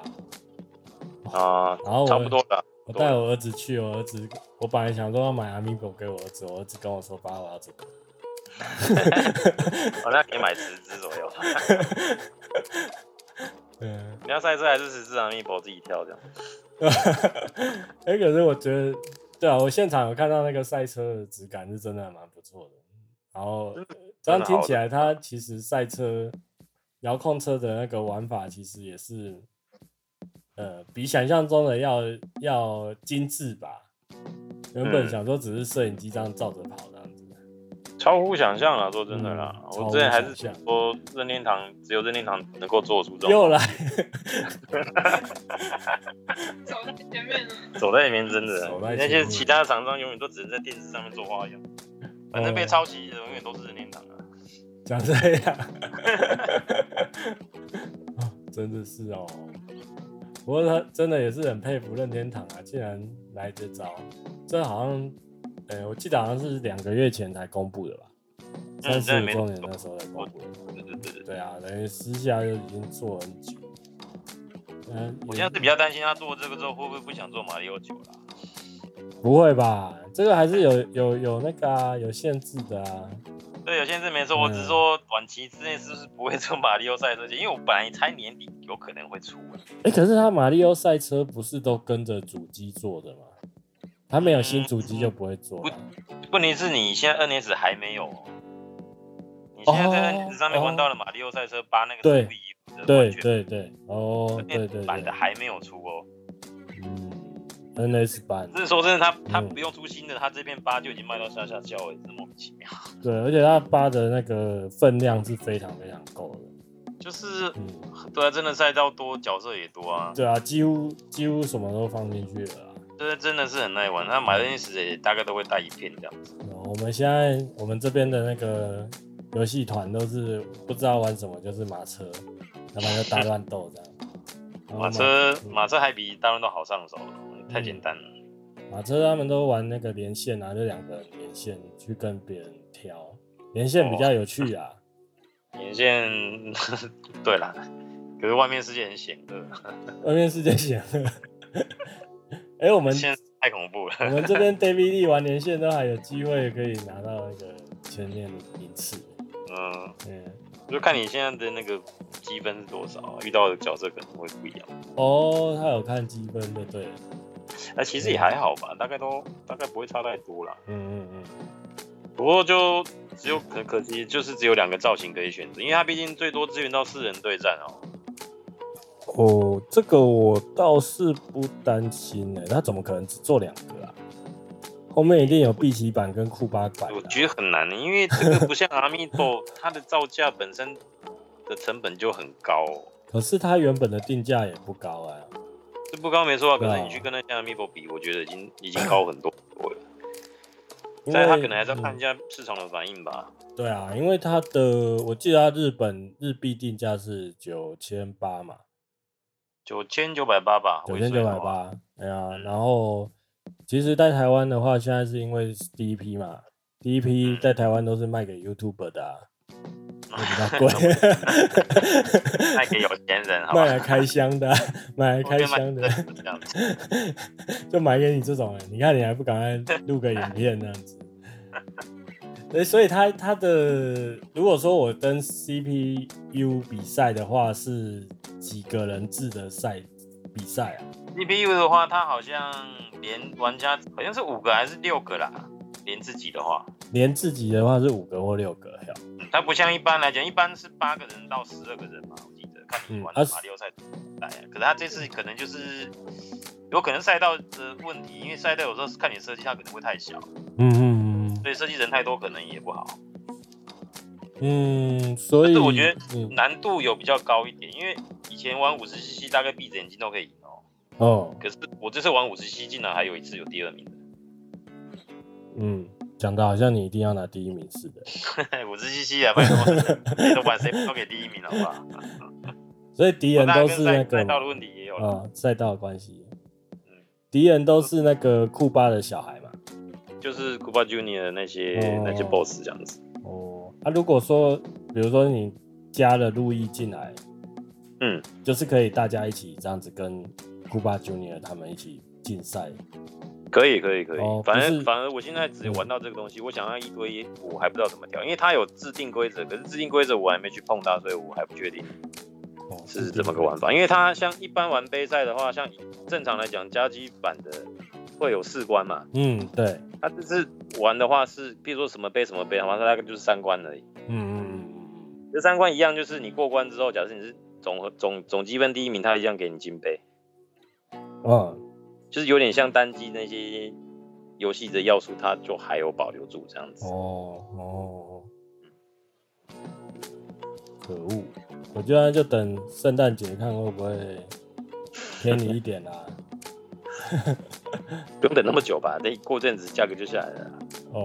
[SPEAKER 1] 啊，
[SPEAKER 3] 然后
[SPEAKER 1] 差不多了。
[SPEAKER 3] 我带我儿子去，我本来想说要买 Amiibo 给我儿子，我儿子跟我说爸我要这个，
[SPEAKER 1] 那可以买10只左右。你要赛车还是10只 Amiibo 自己挑这样？
[SPEAKER 3] 可是我觉得，对啊，我现场有看到那个赛车的质感是真的还蛮不错的。然后这样听起来，它其实赛车遥控车的那个玩法其实也是，比想象中的要精致吧。原本想说只是摄影机这样照着跑这样子，
[SPEAKER 1] 超乎想象啦！说真的啦，我之前还是说任天堂只有任天堂能够做出这种。
[SPEAKER 3] 又来，
[SPEAKER 4] 走在前面了。
[SPEAKER 1] 走在里面真的，那些其他的厂商永远都只能在电视上面做花样，反正被抄袭的永远都是任天堂啊。
[SPEAKER 3] 讲这样，真的是哦。不过他真的也是很佩服任天堂啊，竟然来这招。这好像，我记得好像是2个月前才公布的吧，35周年那时候才公布的。对啊，等于私下就已经做很久。
[SPEAKER 1] 我现在是比较担心他做这个之后会不会不想做马里奥9啦？
[SPEAKER 3] 不会吧？这个还是有那个啊，有限制的啊。
[SPEAKER 1] 对，有限制没错，我只是说短期之内是不是不会出马里奥赛车，因为我本来猜年底有可能会出。
[SPEAKER 3] 可是他马里奥赛车不是都跟着主机做的吗？他没有新主机就不会做了。
[SPEAKER 1] 问题是你现在2DS 还没有，你现在在2DS 上面玩到了马里奥赛车8那个
[SPEAKER 3] 对
[SPEAKER 1] 对，
[SPEAKER 3] 对，
[SPEAKER 1] 版的还没有出哦。
[SPEAKER 3] NS 版，
[SPEAKER 1] 就是说真的，他不用出新的，他这边8就已经卖到下叫了，真莫名其妙。
[SPEAKER 3] 对，而且他8的那个分量是非常非常够的。
[SPEAKER 1] 就是，对啊，真的赛道多，角色也多啊。
[SPEAKER 3] 对啊，几乎什么都放进去了啦。
[SPEAKER 1] 这真的是很耐玩，他买NS也大概都会带1片这样子。
[SPEAKER 3] 我们这边的那个游戏团都是不知道玩什么，就是马车，要不然就大乱斗这样。
[SPEAKER 1] 马车还比大乱斗好上手，太简单了。
[SPEAKER 3] 马车他们都玩那个连线啊，就2个人连线去跟别人挑，连线比较有趣啊。
[SPEAKER 1] 连线，对啦，可是外面世界很险恶。
[SPEAKER 3] 外面世界险恶。我们
[SPEAKER 1] 现在太恐怖了。
[SPEAKER 3] 我们这边 DVD 玩连线都还有机会可以拿到那个前面名次。
[SPEAKER 1] 就看你现在的那个积分是多少，遇到的角色可能会不一样。
[SPEAKER 3] 他有看积分就对了。
[SPEAKER 1] 其实也还好吧，大概不会差太多啦。不过就只有可惜就是只有2个造型可以选择，因为它毕竟最多支援到4人对战哦。
[SPEAKER 3] 这个我倒是不担心他怎么可能只做2个啊？后面一定有碧琪版跟库巴版。
[SPEAKER 1] 我觉得很难因为这个不像 Amiibo， 它的造价本身的成本就很高
[SPEAKER 3] 可是它原本的定价也不高啊。
[SPEAKER 1] 是不高没错可是你去跟那些 Amiibo 比，我觉得已经高很多了。所以他可能还是要看一下市场的反应吧。
[SPEAKER 3] 对啊，因为我记得他日币定价是9800嘛
[SPEAKER 1] ，9980吧
[SPEAKER 3] ，9980。然后其实在台湾的话，现在是因为第一批嘛，第一批在台湾都是卖给 YouTuber 的会比较贵，
[SPEAKER 1] 卖给有钱人，好吧？
[SPEAKER 3] 卖来开箱的，买来开箱的，
[SPEAKER 1] 这样子，
[SPEAKER 3] 就买给你这种人。你看你还不赶快录个影片这样子。所以他的，如果说我跟 CPU 比赛的话，是几个人制的比赛啊
[SPEAKER 1] ？CPU 的话，它好像连玩家好像是5个还是6个啦，连自己的话。
[SPEAKER 3] 连自己的话是5个或6个，
[SPEAKER 1] 它不像一般来讲，一般是8个人到12个人嘛，我记得看你玩的马里奥赛可是他这次可能就是有可能赛道的问题，因为赛道有时候看你设计，它可能会太小，所以设计人太多可能也不好。
[SPEAKER 3] 所以
[SPEAKER 1] 我觉得难度有比较高一点，因为以前玩50cc 大概闭着眼睛都可以赢可是我这次玩50cc竟然还有一次有第2名的。
[SPEAKER 3] 讲的好像你一定要拿第1名似的。
[SPEAKER 1] 50cc 啊，拜托，都管谁都给第1名好不好？
[SPEAKER 3] 所以敌人都是那个
[SPEAKER 1] 赛道的问题也有了
[SPEAKER 3] 赛道的关系。敌人都是那个库巴的小孩嘛，
[SPEAKER 1] 就是库巴 Junior 那些 boss 这样子。
[SPEAKER 3] 如果说比如说你加了路易进来，就是可以大家一起这样子跟库巴 Junior 他们一起竞赛。
[SPEAKER 1] 可以，反而我现在只玩到这个东西，我想要一堆我还不知道怎么调，因为它有制定规则，可是制定规则我还没去碰它，所以我还不确定是怎么个玩法。因为它像一般玩杯赛的话，像正常来讲，加基版的会有4关嘛，
[SPEAKER 3] 对，
[SPEAKER 1] 它就是玩的话是，比如说什么杯，好像它大概就是3关而已，这3关一样，就是你过关之后，假设你是总积分第1名，它一样给你金杯，就是有点像单机那些游戏的要素，它就还有保留住这样子。
[SPEAKER 3] 可恶！我觉得就等圣诞节看会不会便宜一点啦。
[SPEAKER 1] 不用等那么久吧，过阵子价格就下来了。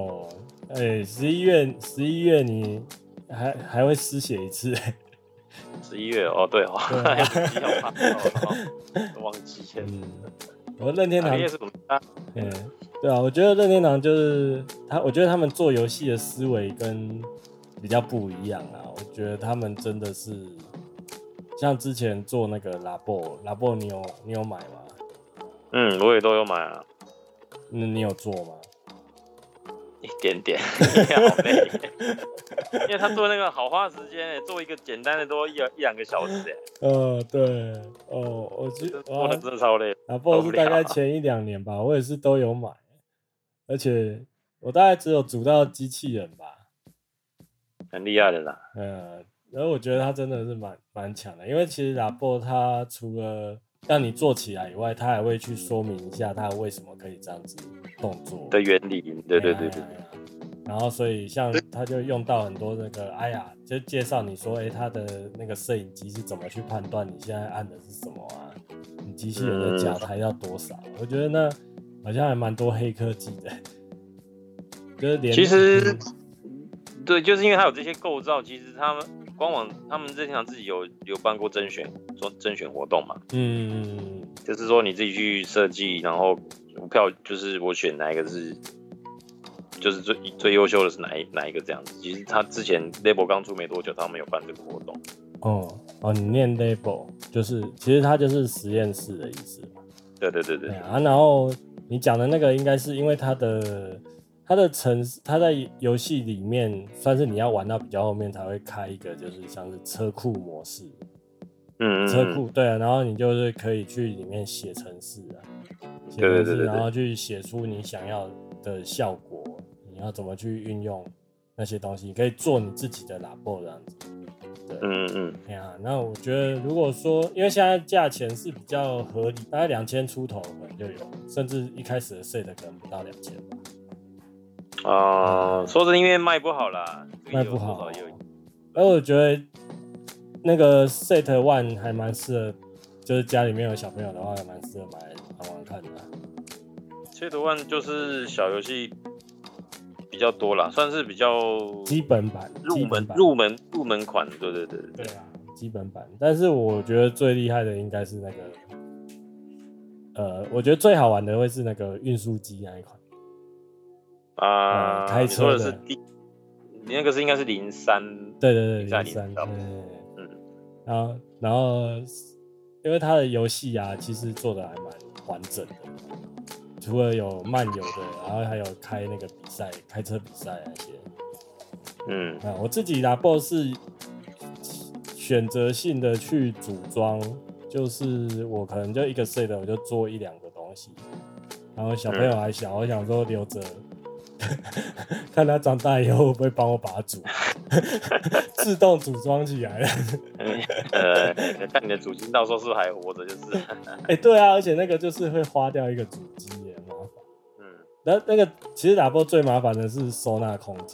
[SPEAKER 3] 11月你还会失血一次。
[SPEAKER 1] 11月对哦，还有11号都忘记了。
[SPEAKER 3] 我任天堂
[SPEAKER 1] 也是怎么
[SPEAKER 3] 对啊，我觉得任天堂就是我觉得他们做游戏的思维跟比较不一样啊。我觉得他们真的是像之前做那个拉布，你有买吗？
[SPEAKER 1] 我也都有买啊。
[SPEAKER 3] 你有做吗？
[SPEAKER 1] 一点点，好累，因为他做那个好花时间，做一个简单的都1-2个小时
[SPEAKER 3] 对，我
[SPEAKER 1] 做的真的超累。
[SPEAKER 3] 拉布是大概前1-2年吧，我也是都有买，而且我大概只有组到机器人吧，
[SPEAKER 1] 很厉害的啦。
[SPEAKER 3] 然后我觉得他真的是蛮强的，因为其实拉布他除了让你做起来以外，他还会去说明一下他为什么可以这样子动作
[SPEAKER 1] 的原理。对。
[SPEAKER 3] 然后所以像他就用到很多那个就介绍你说他的那个摄影机是怎么去判断你现在按的是什么啊，你机器人的脚抬要多少。我觉得那好像还蛮多黑科技的，就是
[SPEAKER 1] 其实对，就是因为它有这些构造，其实他们官网他们任天堂自己有办过甄选活动嘛，就是说你自己去设计，然后股票就是我选哪一个是，就是最优秀的是哪一个这样子。其实他之前 Label 刚出没多久，他们有办这个活动。
[SPEAKER 3] 你念 Label 就是其实它就是实验室的意思嘛。
[SPEAKER 1] 对。
[SPEAKER 3] 然后你讲的那个应该是因为它在游戏里面算是你要玩到比较后面才会开一个，就是像是车库模式。车库对啊，然后你就是可以去里面写程式啊，
[SPEAKER 1] 对，
[SPEAKER 3] 然后去写出你想要的效果，你要怎么去运用那些东西，你可以做你自己的拉布这样子。对，那我觉得如果说，因为现在价钱是比较合理，大概2000出头可能就有，甚至一开始的 set 可能不到2000吧。
[SPEAKER 1] 说是因为卖不好啦，
[SPEAKER 3] 卖不好。而我觉得那个 Set One 还蛮适合，就是家里面有小朋友的话，还蛮适合买来玩看的。
[SPEAKER 1] Set One 就是小游戏比较多啦，算是比较
[SPEAKER 3] 基本版、
[SPEAKER 1] 入门款。对。
[SPEAKER 3] 对啊，基本版。但是我觉得最厉害的应该是那个，我觉得最好玩的会是那个运输机那一款。开车的。
[SPEAKER 1] 你说的是你那个是应该是03。
[SPEAKER 3] 对03。然后因为它的游戏啊，其实做的还蛮完整的，除了有漫游的，然后还有开那个比赛，开车比赛那些。我自己啦 ，BOSS 是选择性的去组装，就是我可能就一个 set 我就做1-2个东西，然后小朋友还小，我想说留着。看他长大以后会不会帮我把它自动组装起来了。
[SPEAKER 1] 看你的主机到时候是不是还活着，就是。
[SPEAKER 3] 对啊，而且那个就是会花掉一个主机耶，麻烦。那个其实打波最麻烦的是收纳空间，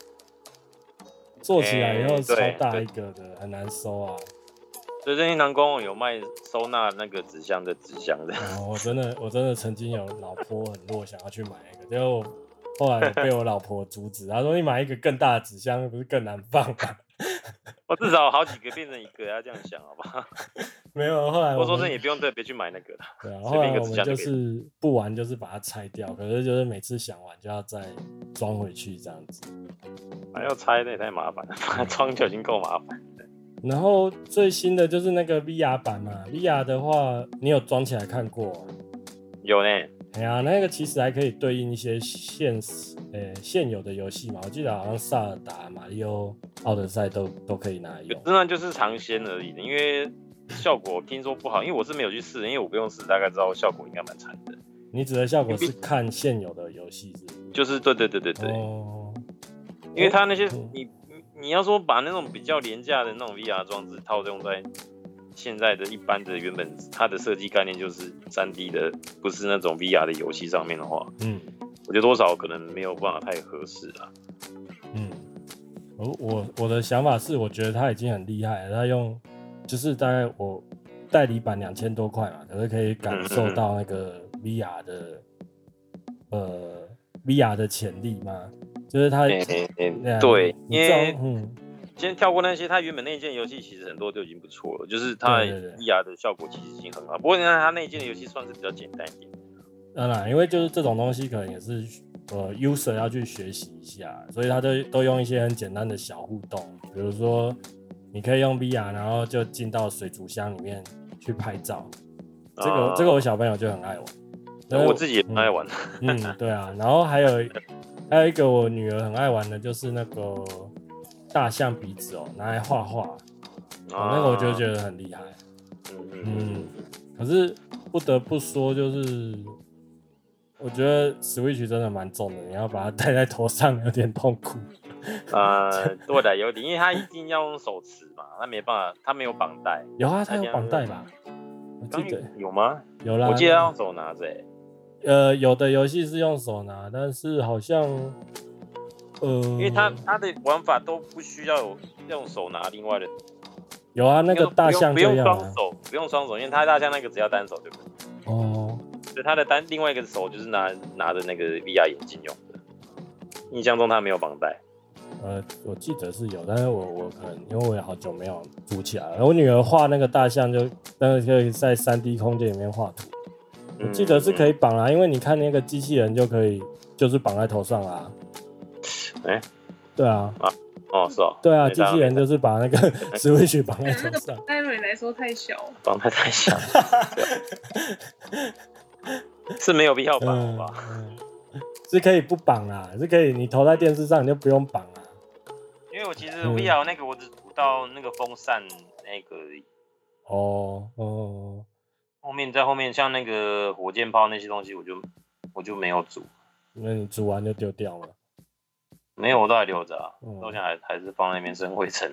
[SPEAKER 3] 做起来以后超大一个的，很难收啊。
[SPEAKER 1] 所以任天堂官网有卖收纳那个纸箱的。
[SPEAKER 3] 我真的曾经有老婆很弱想要去买一个，结果后来被我老婆阻止，她说你买一个更大的纸箱不是更难放吗？
[SPEAKER 1] 我至少好几个变成一个，要这样想好不好？
[SPEAKER 3] 没有，后来
[SPEAKER 1] 我说这也不用特别去买那个了，
[SPEAKER 3] 对啊，
[SPEAKER 1] 随便一个
[SPEAKER 3] 后来我们
[SPEAKER 1] 指向就可以。
[SPEAKER 3] 就是不玩，就是把它拆掉，可是就是每次想玩就要再装回去这样子。
[SPEAKER 1] 还要拆那也太麻烦了，装就已经够麻烦。
[SPEAKER 3] 然后最新的就是那个 VR 版嘛，VR 的话，你有装起来看过吗？
[SPEAKER 1] 有呢，
[SPEAKER 3] 哎呀，那个其实还可以对应一些现有的游戏嘛，我记得好像萨尔达、马里奥、奥德赛都可以拿来用。
[SPEAKER 1] 真的就是尝鲜而已，因为效果听说不好，因为我是没有去试，因为我不用试，大概知道效果应该蛮惨的。
[SPEAKER 3] 你指的效果是看现有的游戏是不是？
[SPEAKER 1] 就是对，
[SPEAKER 3] 哦，
[SPEAKER 1] 因为它那些你要说把那种比较廉价的那种 VR 装置套用在现在的一般的原本它的设计概念就是 3D 的，不是那种 VR 的游戏上面的话，我觉得多少可能没有办法太合适啊。
[SPEAKER 3] 我的想法是，我觉得他已经很厉害了，他用就是大概我代理版2000多块嘛，可是可以感受到那个 VR 的潜力嘛，就是他
[SPEAKER 1] 对，
[SPEAKER 3] 因为
[SPEAKER 1] 先跳过那些，它原本那一件游戏其实很多就已经不错了，就是它 VR 的效果其实已经很好。不过它那一件的游戏算是比较简单一点。
[SPEAKER 3] 当然，因为就是这种东西可能也是user 要去学习一下，所以他都用一些很简单的小互动，比如说你可以用 VR， 然后就进到水族箱里面去拍照。这个我小朋友就很爱玩，
[SPEAKER 1] 我自己也很爱玩。
[SPEAKER 3] 对啊，然后还有一个我女儿很爱玩的就是那个大象鼻子拿来画画，那个我就觉得很厉害。可是不得不说，就是我觉得 Switch 真的蛮重的，你要把它戴在头上有点痛苦。
[SPEAKER 1] 对的，有点，因为它一定要用手持嘛，它没办法，它没有绑带。
[SPEAKER 3] 有啊，它有绑带吧？我记得
[SPEAKER 1] 有吗？
[SPEAKER 3] 有啦，
[SPEAKER 1] 我记得要用手拿着。
[SPEAKER 3] 有的游戏是用手拿，但是好像
[SPEAKER 1] 因为它的玩法都不需要用手拿，另外的
[SPEAKER 3] 有啊，那个大象这样
[SPEAKER 1] 不用双手，因为它大象那个只要单手就可以。
[SPEAKER 3] 哦，
[SPEAKER 1] 所以它的另外一个手就是拿着那个 VR 眼镜用的。印象中它没有绑带。
[SPEAKER 3] 我记得是有，但是我可能因为我也好久没有组起来了。我女儿画那个大象就可以在3D 空间里面画图。我记得是可以绑啦，因为你看那个机器人就可以，就是绑在头上啦。对啊。
[SPEAKER 1] 是哦。
[SPEAKER 3] 对啊，机器人就是把那个 Switch 绑在头上。
[SPEAKER 4] 那个对你来说太小。
[SPEAKER 1] 绑带太小。是没有必要绑吧？
[SPEAKER 3] 是可以不绑啦，是可以你投在电视上你就不用绑啦。
[SPEAKER 1] 因为我其实 VR 那个我只组到那个风扇那个而已。后面像那个火箭炮那些东西我就没有组。
[SPEAKER 3] 那你组完就丢掉了？
[SPEAKER 1] 没有，我都还留着啊，到现在还是放在那边生灰尘。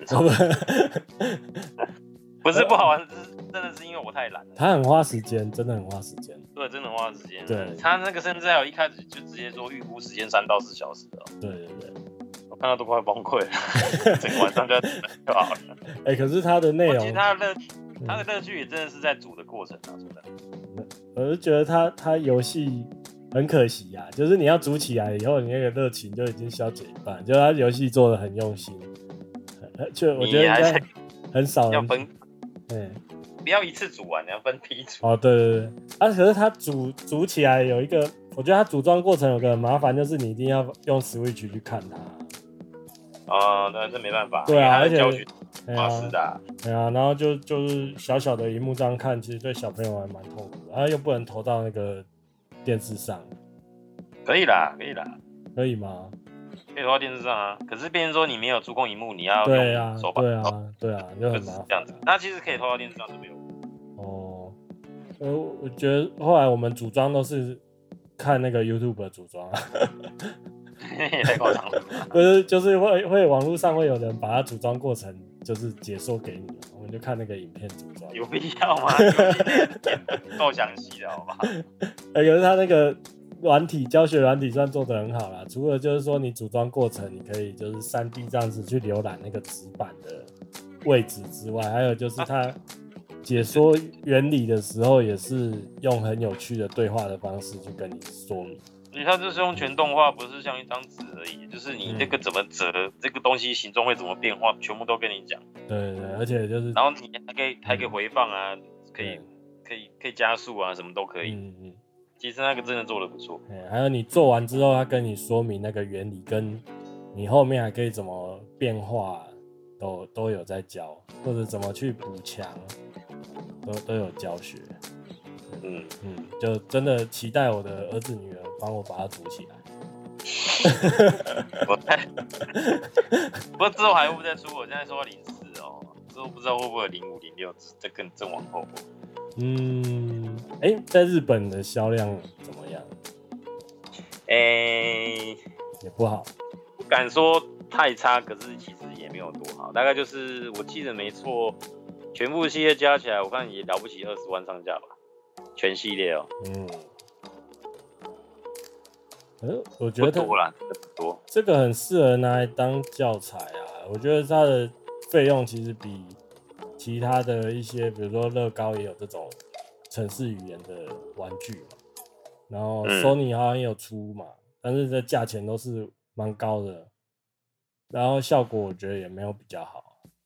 [SPEAKER 1] 不是不好玩，真的是因为我太懒了。
[SPEAKER 3] 它很花时间，真的很花时间。
[SPEAKER 1] 对，真的很花时间。
[SPEAKER 3] 对，
[SPEAKER 1] 他那个甚至还有一开始就直接说预估时间3到4小时的。
[SPEAKER 3] 对，
[SPEAKER 1] 我看到都快崩溃了，整个晚上就好了。
[SPEAKER 3] 可是它的内容，
[SPEAKER 1] 其实它的乐趣也真的是在煮的过程啊，说的。
[SPEAKER 3] 我就觉得它游戏很可惜啊，就是你要组起来以后，你那个热情就已经消解一半。就是它游戏做的很用心，就我觉得应该很少人
[SPEAKER 1] 要分，不要一次组完，你要分批组。
[SPEAKER 3] 对。可是它组起来有一个，我觉得它组装过程有个很麻烦，就是你一定要用 Switch 去看它。
[SPEAKER 1] 对，这没办法。
[SPEAKER 3] 对啊，而且对啊，然后就是小小的萤幕这样看，其实对小朋友还蛮痛苦的，然后又不能投到那个电视上。
[SPEAKER 1] 可以啦。
[SPEAKER 3] 可以吗？
[SPEAKER 1] 可以投到电视上啊，可是变成说你没有触控萤幕，你要
[SPEAKER 3] 用
[SPEAKER 1] 手把。
[SPEAKER 3] 对啊，就很麻烦。
[SPEAKER 1] 这样子，那其实可以投到电视上就没有。
[SPEAKER 3] 我觉得后来我们组装都是看那个 YouTube 的组装啊。
[SPEAKER 1] 也太夸张了。
[SPEAKER 3] 不是，就是会网络上会有人把它组装过程就是解说给你，我们就看那个影片组装。
[SPEAKER 1] 有必要吗？够详细的好吧？
[SPEAKER 3] 可是他那个教学软体算做得很好啦，除了就是说你组装过程你可以就是 3D 这样子去浏览那个纸板的位置之外，还有就是他解说原理的时候也是用很有趣的对话的方式去跟你说明。
[SPEAKER 1] 其实它就是用全动画，不是像一张纸而已，就是你这个怎么折，这个东西形状会怎么变化，全部都跟你讲。
[SPEAKER 3] 对对，而且就是，
[SPEAKER 1] 然后你还可以回放啊，可以加速啊，什么都可以。其实那个真的做得不错。
[SPEAKER 3] 还有你做完之后，他跟你说明那个原理，跟你后面还可以怎么变化，都有在教，或者怎么去补强，都有教学。就真的期待我的儿子女儿帮我把它组起来。
[SPEAKER 1] 不过之后还会不会再出？我现在说04哦，之后不知道会不会有05、06，再更往后。
[SPEAKER 3] 在日本的销量怎么样？也不好，
[SPEAKER 1] 不敢说太差，可是其实也没有多好，大概就是我记得没错，全部系列加起来，我看也了不起20万上架吧。全系列哦，
[SPEAKER 3] 我觉得
[SPEAKER 1] 不多啦，真的不多。
[SPEAKER 3] 这个很适合拿来当教材啊。我觉得它的费用其实比其他的一些，比如说乐高也有这种程式语言的玩具嘛，然后 Sony 好像也有出嘛，但是这价钱都是蛮高的，然后效果我觉得也没有比较好。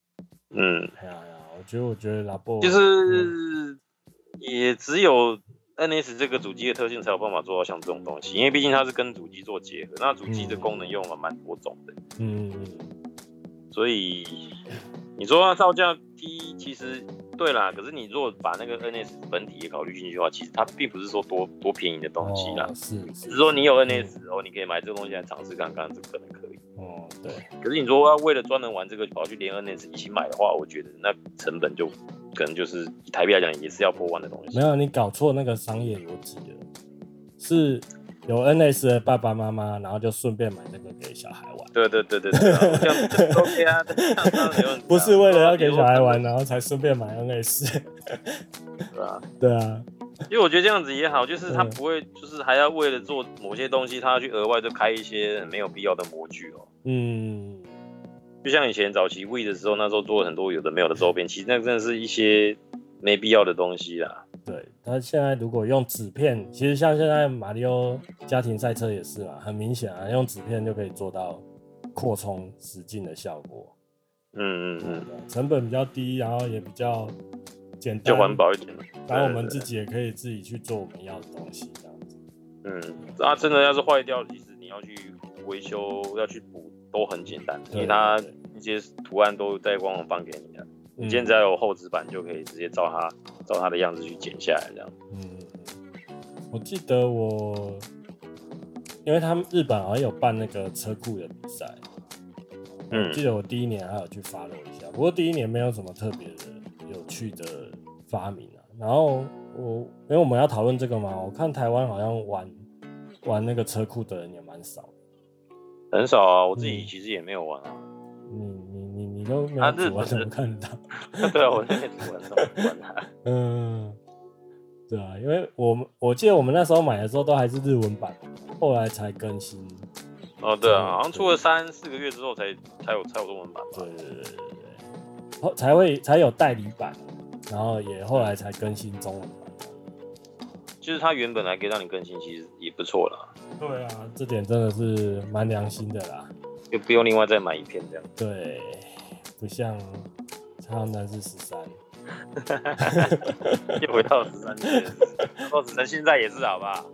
[SPEAKER 3] 我觉得 Labo
[SPEAKER 1] 就是也只有 NS 这个主机的特性才有办法做到像这种东西，因为毕竟它是跟主机做结合，那主机的功能用了蛮多种的。所以你说它造价低，其实对啦。可是你如果把那个 NS 本体也考虑进去的话，其实它并不是说多便宜的东西啦。只是说你有 NS 你可以买这个东西来尝试看看，这可能可以。
[SPEAKER 3] 对。
[SPEAKER 1] 可是你说要为了专门玩这个跑去连 NS 一起买的话，我觉得那成本就可能就是以台币来讲也是要破万的东西。
[SPEAKER 3] 没有，你搞错那个商业逻辑了，是有 NS 的爸爸妈妈，然后就顺便买这个给小孩玩。
[SPEAKER 1] 对，这样子 OK 啊，
[SPEAKER 3] 不是为了要给小孩玩，然后才顺便买 NS。对啊。
[SPEAKER 1] 因为我觉得这样子也好，就是他不会，就是还要为了做某些东西，他要去额外就开一些很没有必要的模具哦。就像以前早期 Wii 的时候，那时候做了很多有的没有的周边，其实那真的是一些没必要的东西啦。
[SPEAKER 3] 对，他现在如果用纸片，其实像现在马里奥家庭赛车也是嘛，很明显啊，用纸片就可以做到扩充实境的效果。成本比较低，然后也比较简单，
[SPEAKER 1] 就环保一点。
[SPEAKER 3] 然后我们自己也可以自己去做我们要的东西，这样子。
[SPEAKER 1] 真的要是坏掉，其实你要去维修、要去补都很简单，因为它一些图案都在官网放给你的。你今天只要有厚纸板，就可以直接照它的样子去剪下来，这样。
[SPEAKER 3] 我记得因为他们日本好像有办那个车库的比赛，我记得我第一年还有去 follow 一下，不过第一年没有什么特别的有趣的发明啊。然后因为我们要讨论这个嘛，我看台湾好像玩那个车库的人也蛮少的。
[SPEAKER 1] 很少啊，我自己其实也没有玩啊。
[SPEAKER 3] 你都没有组玩，怎么看得到？
[SPEAKER 1] 对啊，我那边组玩怎么玩啊？
[SPEAKER 3] 对啊，因为我记得我们那时候买的时候都还是日文版，后来才更新。
[SPEAKER 1] 对啊，好像出了3-4个月之后才有中文版吧？
[SPEAKER 3] 对，才有代理版，然后也后来才更新中文版。
[SPEAKER 1] 就是它原本来可以让你更新，其实也不错啦。
[SPEAKER 3] 对啊，这点真的是蛮良心的啦，
[SPEAKER 1] 就不用另外再买一片这样。
[SPEAKER 3] 对，不像超男是13。
[SPEAKER 1] 又回到13年，13现在也是好不好？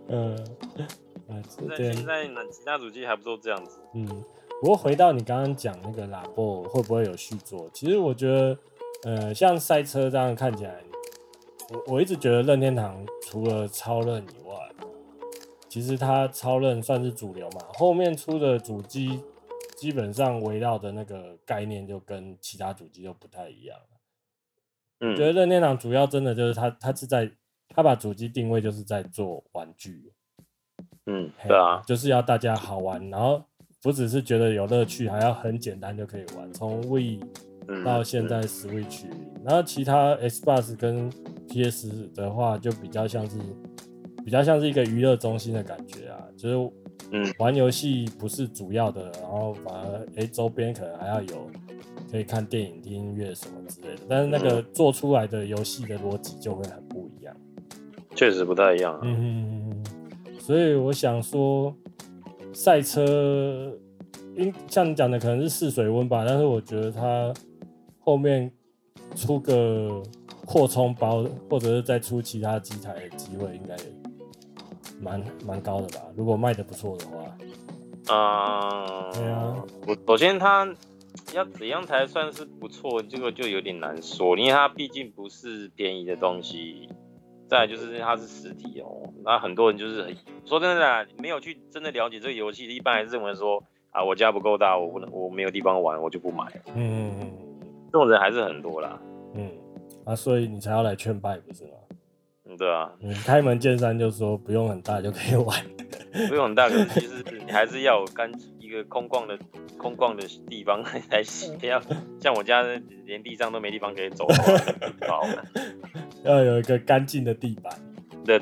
[SPEAKER 1] 现在其他主机还不都这样子。
[SPEAKER 3] 不过回到你刚刚讲那个 Labo 会不会有续作？其实我觉得，像赛车这样看起来，我一直觉得任天堂除了超任以外，其实它超任算是主流嘛，后面出的主机基本上围绕的那个概念就跟其他主机都不太一样。我觉得任天堂主要真的就是他把主机定位就是在做玩具。
[SPEAKER 1] 对啊，
[SPEAKER 3] 就是要大家好玩，然后不只是觉得有乐趣，还要很简单就可以玩。从 Wii 到现在 Switch，然后其他 Xbox 跟 PS 的话，就比较像是一个娱乐中心的感觉啊，就是玩游戏不是主要的，然后反而周边可能还要有可以看电影、听音乐什么之类的，但是那个做出来的游戏的逻辑就会很不一样，
[SPEAKER 1] 确实不太一样啊。
[SPEAKER 3] 所以我想说，赛车，像你讲的可能是试水温吧，但是我觉得它后面出个扩充包，或者是再出其他机台的机会，应该也蛮高的吧？如果卖的不错的话。对啊。
[SPEAKER 1] 首先它要怎样才算是不错，这个就有点难说，因为它毕竟不是便宜的东西。再来就是它是实体哦，那很多人就是说真的啦，没有去真的了解这个游戏，一般还是认为说啊，我家不够大，我没有地方玩，我就不买。这种人还是很多啦。
[SPEAKER 3] 所以你才要来劝败，不是吗？
[SPEAKER 1] 对啊。
[SPEAKER 3] 你开门见山就说不用很大就可以玩。
[SPEAKER 1] 不用很大，可是其实你还是要有一个空旷的地方才行。要像我家连地上都没地方可以走的话，不好玩。
[SPEAKER 3] 要有一个干净的地板。
[SPEAKER 1] 对。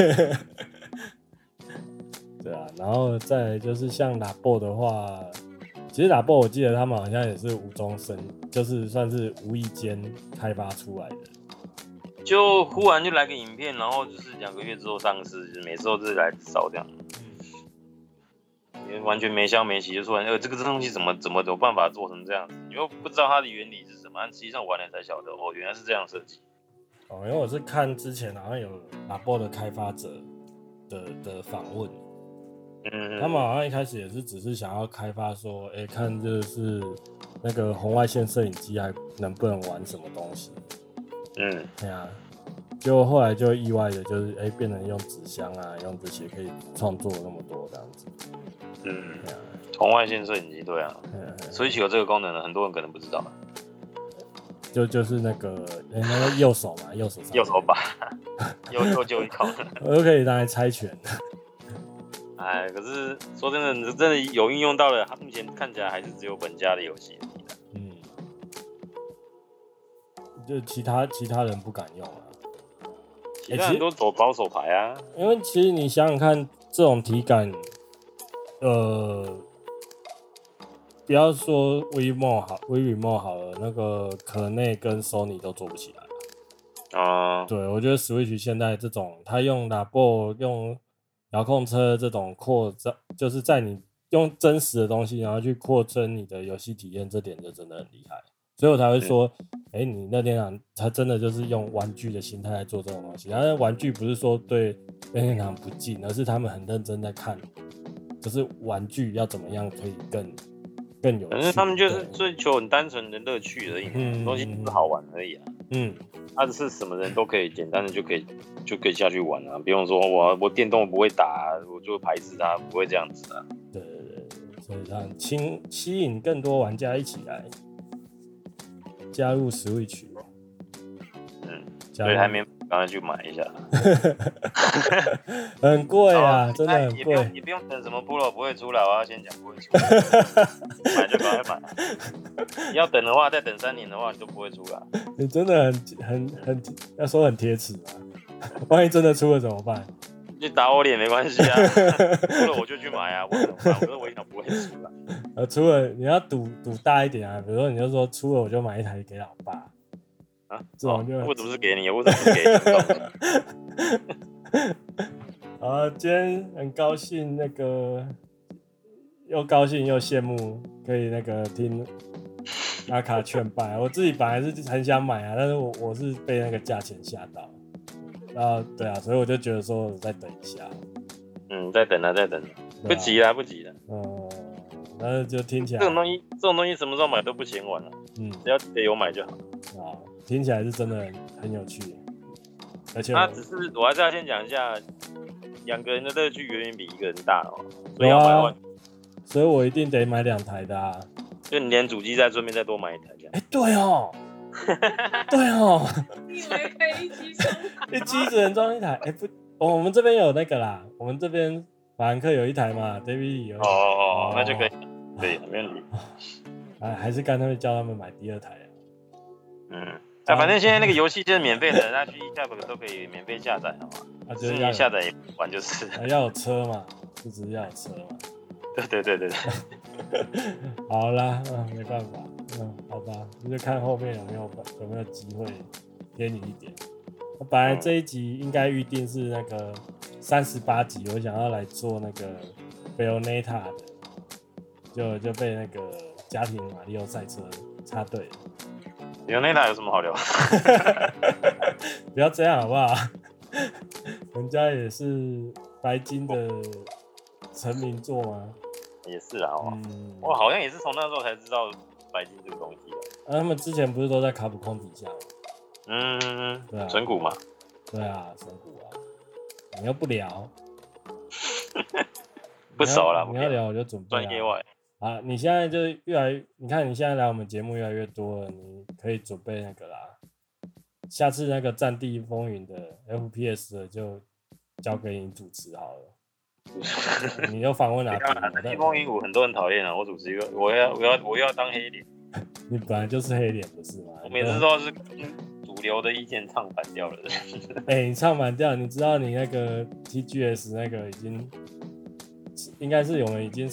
[SPEAKER 3] 对啊，然后再来就是像拉布的话，其实拉布我记得他们好像也是无中生，就是算是无意间开发出来的。
[SPEAKER 1] 就忽然就来个影片，然后就是2个月之后上市，就是每次都是来烧这样。完全没消没息，就说这个东西怎么有办法做成这样子？你又不知道它的原理是什么，实际上玩了才晓得哦，原来是这样设计。
[SPEAKER 3] 因为我是看之前好像有拉布的开发者的访问，他们好像一开始也是只是想要开发说，看就是那个红外线摄影机还能不能玩什么东西。对啊，结果后来就意外的就是变成用纸箱啊，用这些可以创作那么多这样子。
[SPEAKER 1] 红外线摄影机，对啊，所以有这个功能的很多人可能不知道。
[SPEAKER 3] 就是那个右手嘛，右手
[SPEAKER 1] 把，右就一口，
[SPEAKER 3] 我都可以拿来猜拳。
[SPEAKER 1] 可是说真的，真的有运用到了，目前看起来还是只有本家的游戏。
[SPEAKER 3] 就其他人不敢用啊，
[SPEAKER 1] 其他人都走保守牌啊。
[SPEAKER 3] 因为其实你想想看，这种体感，不要说 Remote 好了，那个可内跟 Sony 都做不起来。对，我觉得 Switch 现在这种，它用 Labo 用遥控车这种就是在你用真实的东西，然后去扩增你的游戏体验，这点就真的很厉害。所以我才会说，你那电脑它真的就是用玩具的心态来做这种东西。但是玩具不是说对任天堂不敬，而是他们很认真在看，就是玩具要怎么样可以更有趣。
[SPEAKER 1] 反正他们就是追求很单纯的乐趣而已嘛，东西就是好玩而已啊。它是什么人都可以简单的就可以下去玩啊，不用说我电动不会打，我就排斥它，不会这样子啊。
[SPEAKER 3] 对，所以让吸引更多玩家一起来加入 Switch。
[SPEAKER 1] 所以还没赶快去买一下。
[SPEAKER 3] 很贵啊，真的很贵。
[SPEAKER 1] 也不用等什么 Pro 不会出来，我要先讲不会出来。买就赶快买。要等的话，再等3年的话，你就不会出来。
[SPEAKER 3] 你真的很要说很贴齿啊。万一真的出了怎么办？
[SPEAKER 1] 就打我脸没关系啊。出了我就去买啊，我怎么办？可是我想不会出来。
[SPEAKER 3] 出了你要赌大一点啊，比如说你就说出了我就买一台给老爸。这种就
[SPEAKER 1] 为什么是给你？为什么是给你？
[SPEAKER 3] 好，今天很高兴，又高兴又羡慕，可以听阿卡劝败。我自己本来是很想买啊，但是我是被那个价钱吓到。对啊，所以我就觉得说我再等一下。
[SPEAKER 1] 再等啊，不急啦。
[SPEAKER 3] 但是就听起来
[SPEAKER 1] 这种东西什么时候买都不嫌晚了。只要得有买就好。
[SPEAKER 3] 听起来是真的很有趣，而且
[SPEAKER 1] 只是我还是要先讲一下，2个人的乐趣远远比1个人大哦。
[SPEAKER 3] 所以要买的话，所以我一定得买2台的啊。
[SPEAKER 1] 就你连主机再顺便再多买1台这样。
[SPEAKER 3] 对哦。对哦。
[SPEAKER 4] 你以为可以一起装？
[SPEAKER 3] 一机只能装1台。不，我们这边有那个啦，我们这边法兰克有1台嘛 ，David 有1台。
[SPEAKER 1] 那就可以，对，没问题。
[SPEAKER 3] 还是干脆叫他们买第2台。
[SPEAKER 1] 反正现在那个游戏就是免费的，大家去eShop都可以免费下载，好吗？只是你下载也不玩就是。
[SPEAKER 3] 要有车嘛，就只是要有车嘛。
[SPEAKER 1] 对。
[SPEAKER 3] 好啦，没办法，好吧，那就看后面有没有机会给你一点。本来这一集应该预定是那个 38集，我想要来做那个 Bayonetta 的，就被那个家庭马里奥赛车插队了。
[SPEAKER 1] Bayonetta 有什么好聊？
[SPEAKER 3] 不要这样好不好？人家也是白金的成名作吗？
[SPEAKER 1] 也是啊，我好像也是从那时候才知道白金这个东西的。
[SPEAKER 3] 他们之前不是都在卡普空底下吗？对啊，
[SPEAKER 1] 神谷嘛。
[SPEAKER 3] 对啊，神谷啊，你又不聊，
[SPEAKER 1] 不熟了。
[SPEAKER 3] 你要聊我就准备
[SPEAKER 1] 专业外
[SPEAKER 3] 啊。你现在就你看你现在来我们节目越来越多了，你可以准备那个啦。下次那个《战地风云》的 FPS 的就交给你主持好了。你又访问哪边？
[SPEAKER 1] 《战地风云5》很多人讨厌啊，我主持一个，我要当黑脸。
[SPEAKER 3] 你本来就是黑脸不是吗？
[SPEAKER 1] 我每次都是主流的意见唱反调了。
[SPEAKER 3] 你唱反调，你知道你那个 TGS 那个已经应该是我们已经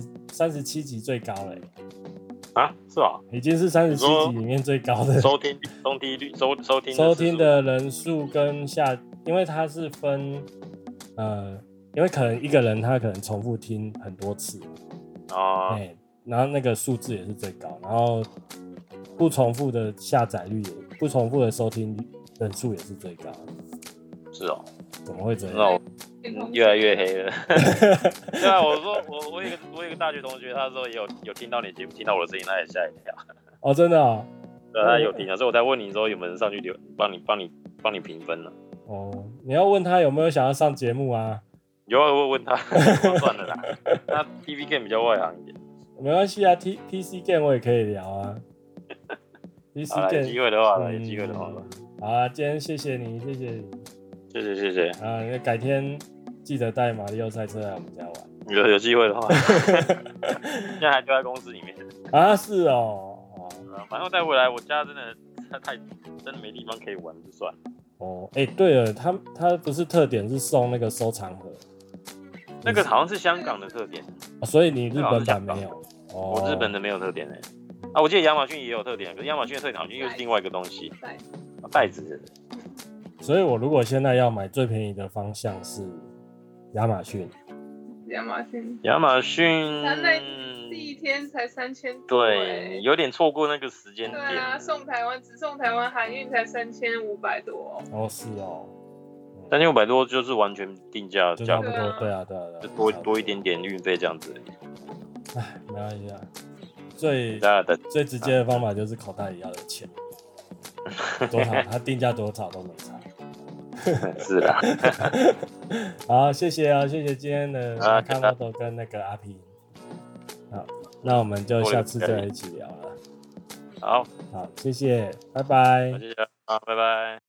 [SPEAKER 3] 37集最高了。
[SPEAKER 1] 啊，是吧？
[SPEAKER 3] 已经是37集里面最高的
[SPEAKER 1] 收听
[SPEAKER 3] 的人数跟因为它是分因为可能一个人他可能重复听很多次然后那个数字也是最高，然后不重复的下载率不重复的收听人数也是最高。
[SPEAKER 1] 是哦，
[SPEAKER 3] 怎么会这样？
[SPEAKER 1] 那我越来越黑了。对啊，我说我有一个大学同学，他说也有听到你节目，听到我的声音，他也吓一跳。
[SPEAKER 3] 哦，真的啊？
[SPEAKER 1] 对，他有听啊，所以我才问你说有没有人上去帮你评分呢？
[SPEAKER 3] 哦，你要问他有没有想要上节目啊？
[SPEAKER 1] 有啊，我问他，算了啦。他 TV game 比较外行一点。
[SPEAKER 3] 没关系啊 ，PC game 我也可以聊啊。PC game
[SPEAKER 1] 有机会的话，有机会的话。
[SPEAKER 3] 好啊，今天谢谢你。
[SPEAKER 1] 谢谢。
[SPEAKER 3] 啊，那改天记得带马里奥赛车来我们家玩。
[SPEAKER 1] 有机会的话，现在还丢在公司里面。
[SPEAKER 3] 啊，是哦。
[SPEAKER 1] 反正带回来，我家真的没地方可以玩，就算了。
[SPEAKER 3] 哦，对了，他不是特点是送那个收藏盒，
[SPEAKER 1] 那个好像是香港的特点，
[SPEAKER 3] 所以你日本版没有。
[SPEAKER 1] 我日本的没有特点我记得亚马逊也有特点，可是亚马逊的特点好像又是另外一个东西，袋子。
[SPEAKER 3] 所以我如果现在要买最便宜的方向是亚马逊，
[SPEAKER 4] 他那第一天才3000多，
[SPEAKER 1] 对，有点错过那个时间点。
[SPEAKER 4] 对啊，只送台湾海运才3500多。
[SPEAKER 3] 哦，是哦
[SPEAKER 1] ，3500多就是完全定价，
[SPEAKER 3] 就差不多，对啊，
[SPEAKER 1] 就多一点点运费这样子。
[SPEAKER 3] 哎，没关系啊，最直接的方法就是口袋里要有钱，多少他定价多少都没差。
[SPEAKER 1] 是啦。
[SPEAKER 3] 好，谢谢今天的看摩托跟那个阿平。好，那我们就下次再一起聊了。
[SPEAKER 1] 好，
[SPEAKER 3] 谢谢，拜拜。
[SPEAKER 1] 谢谢，拜拜。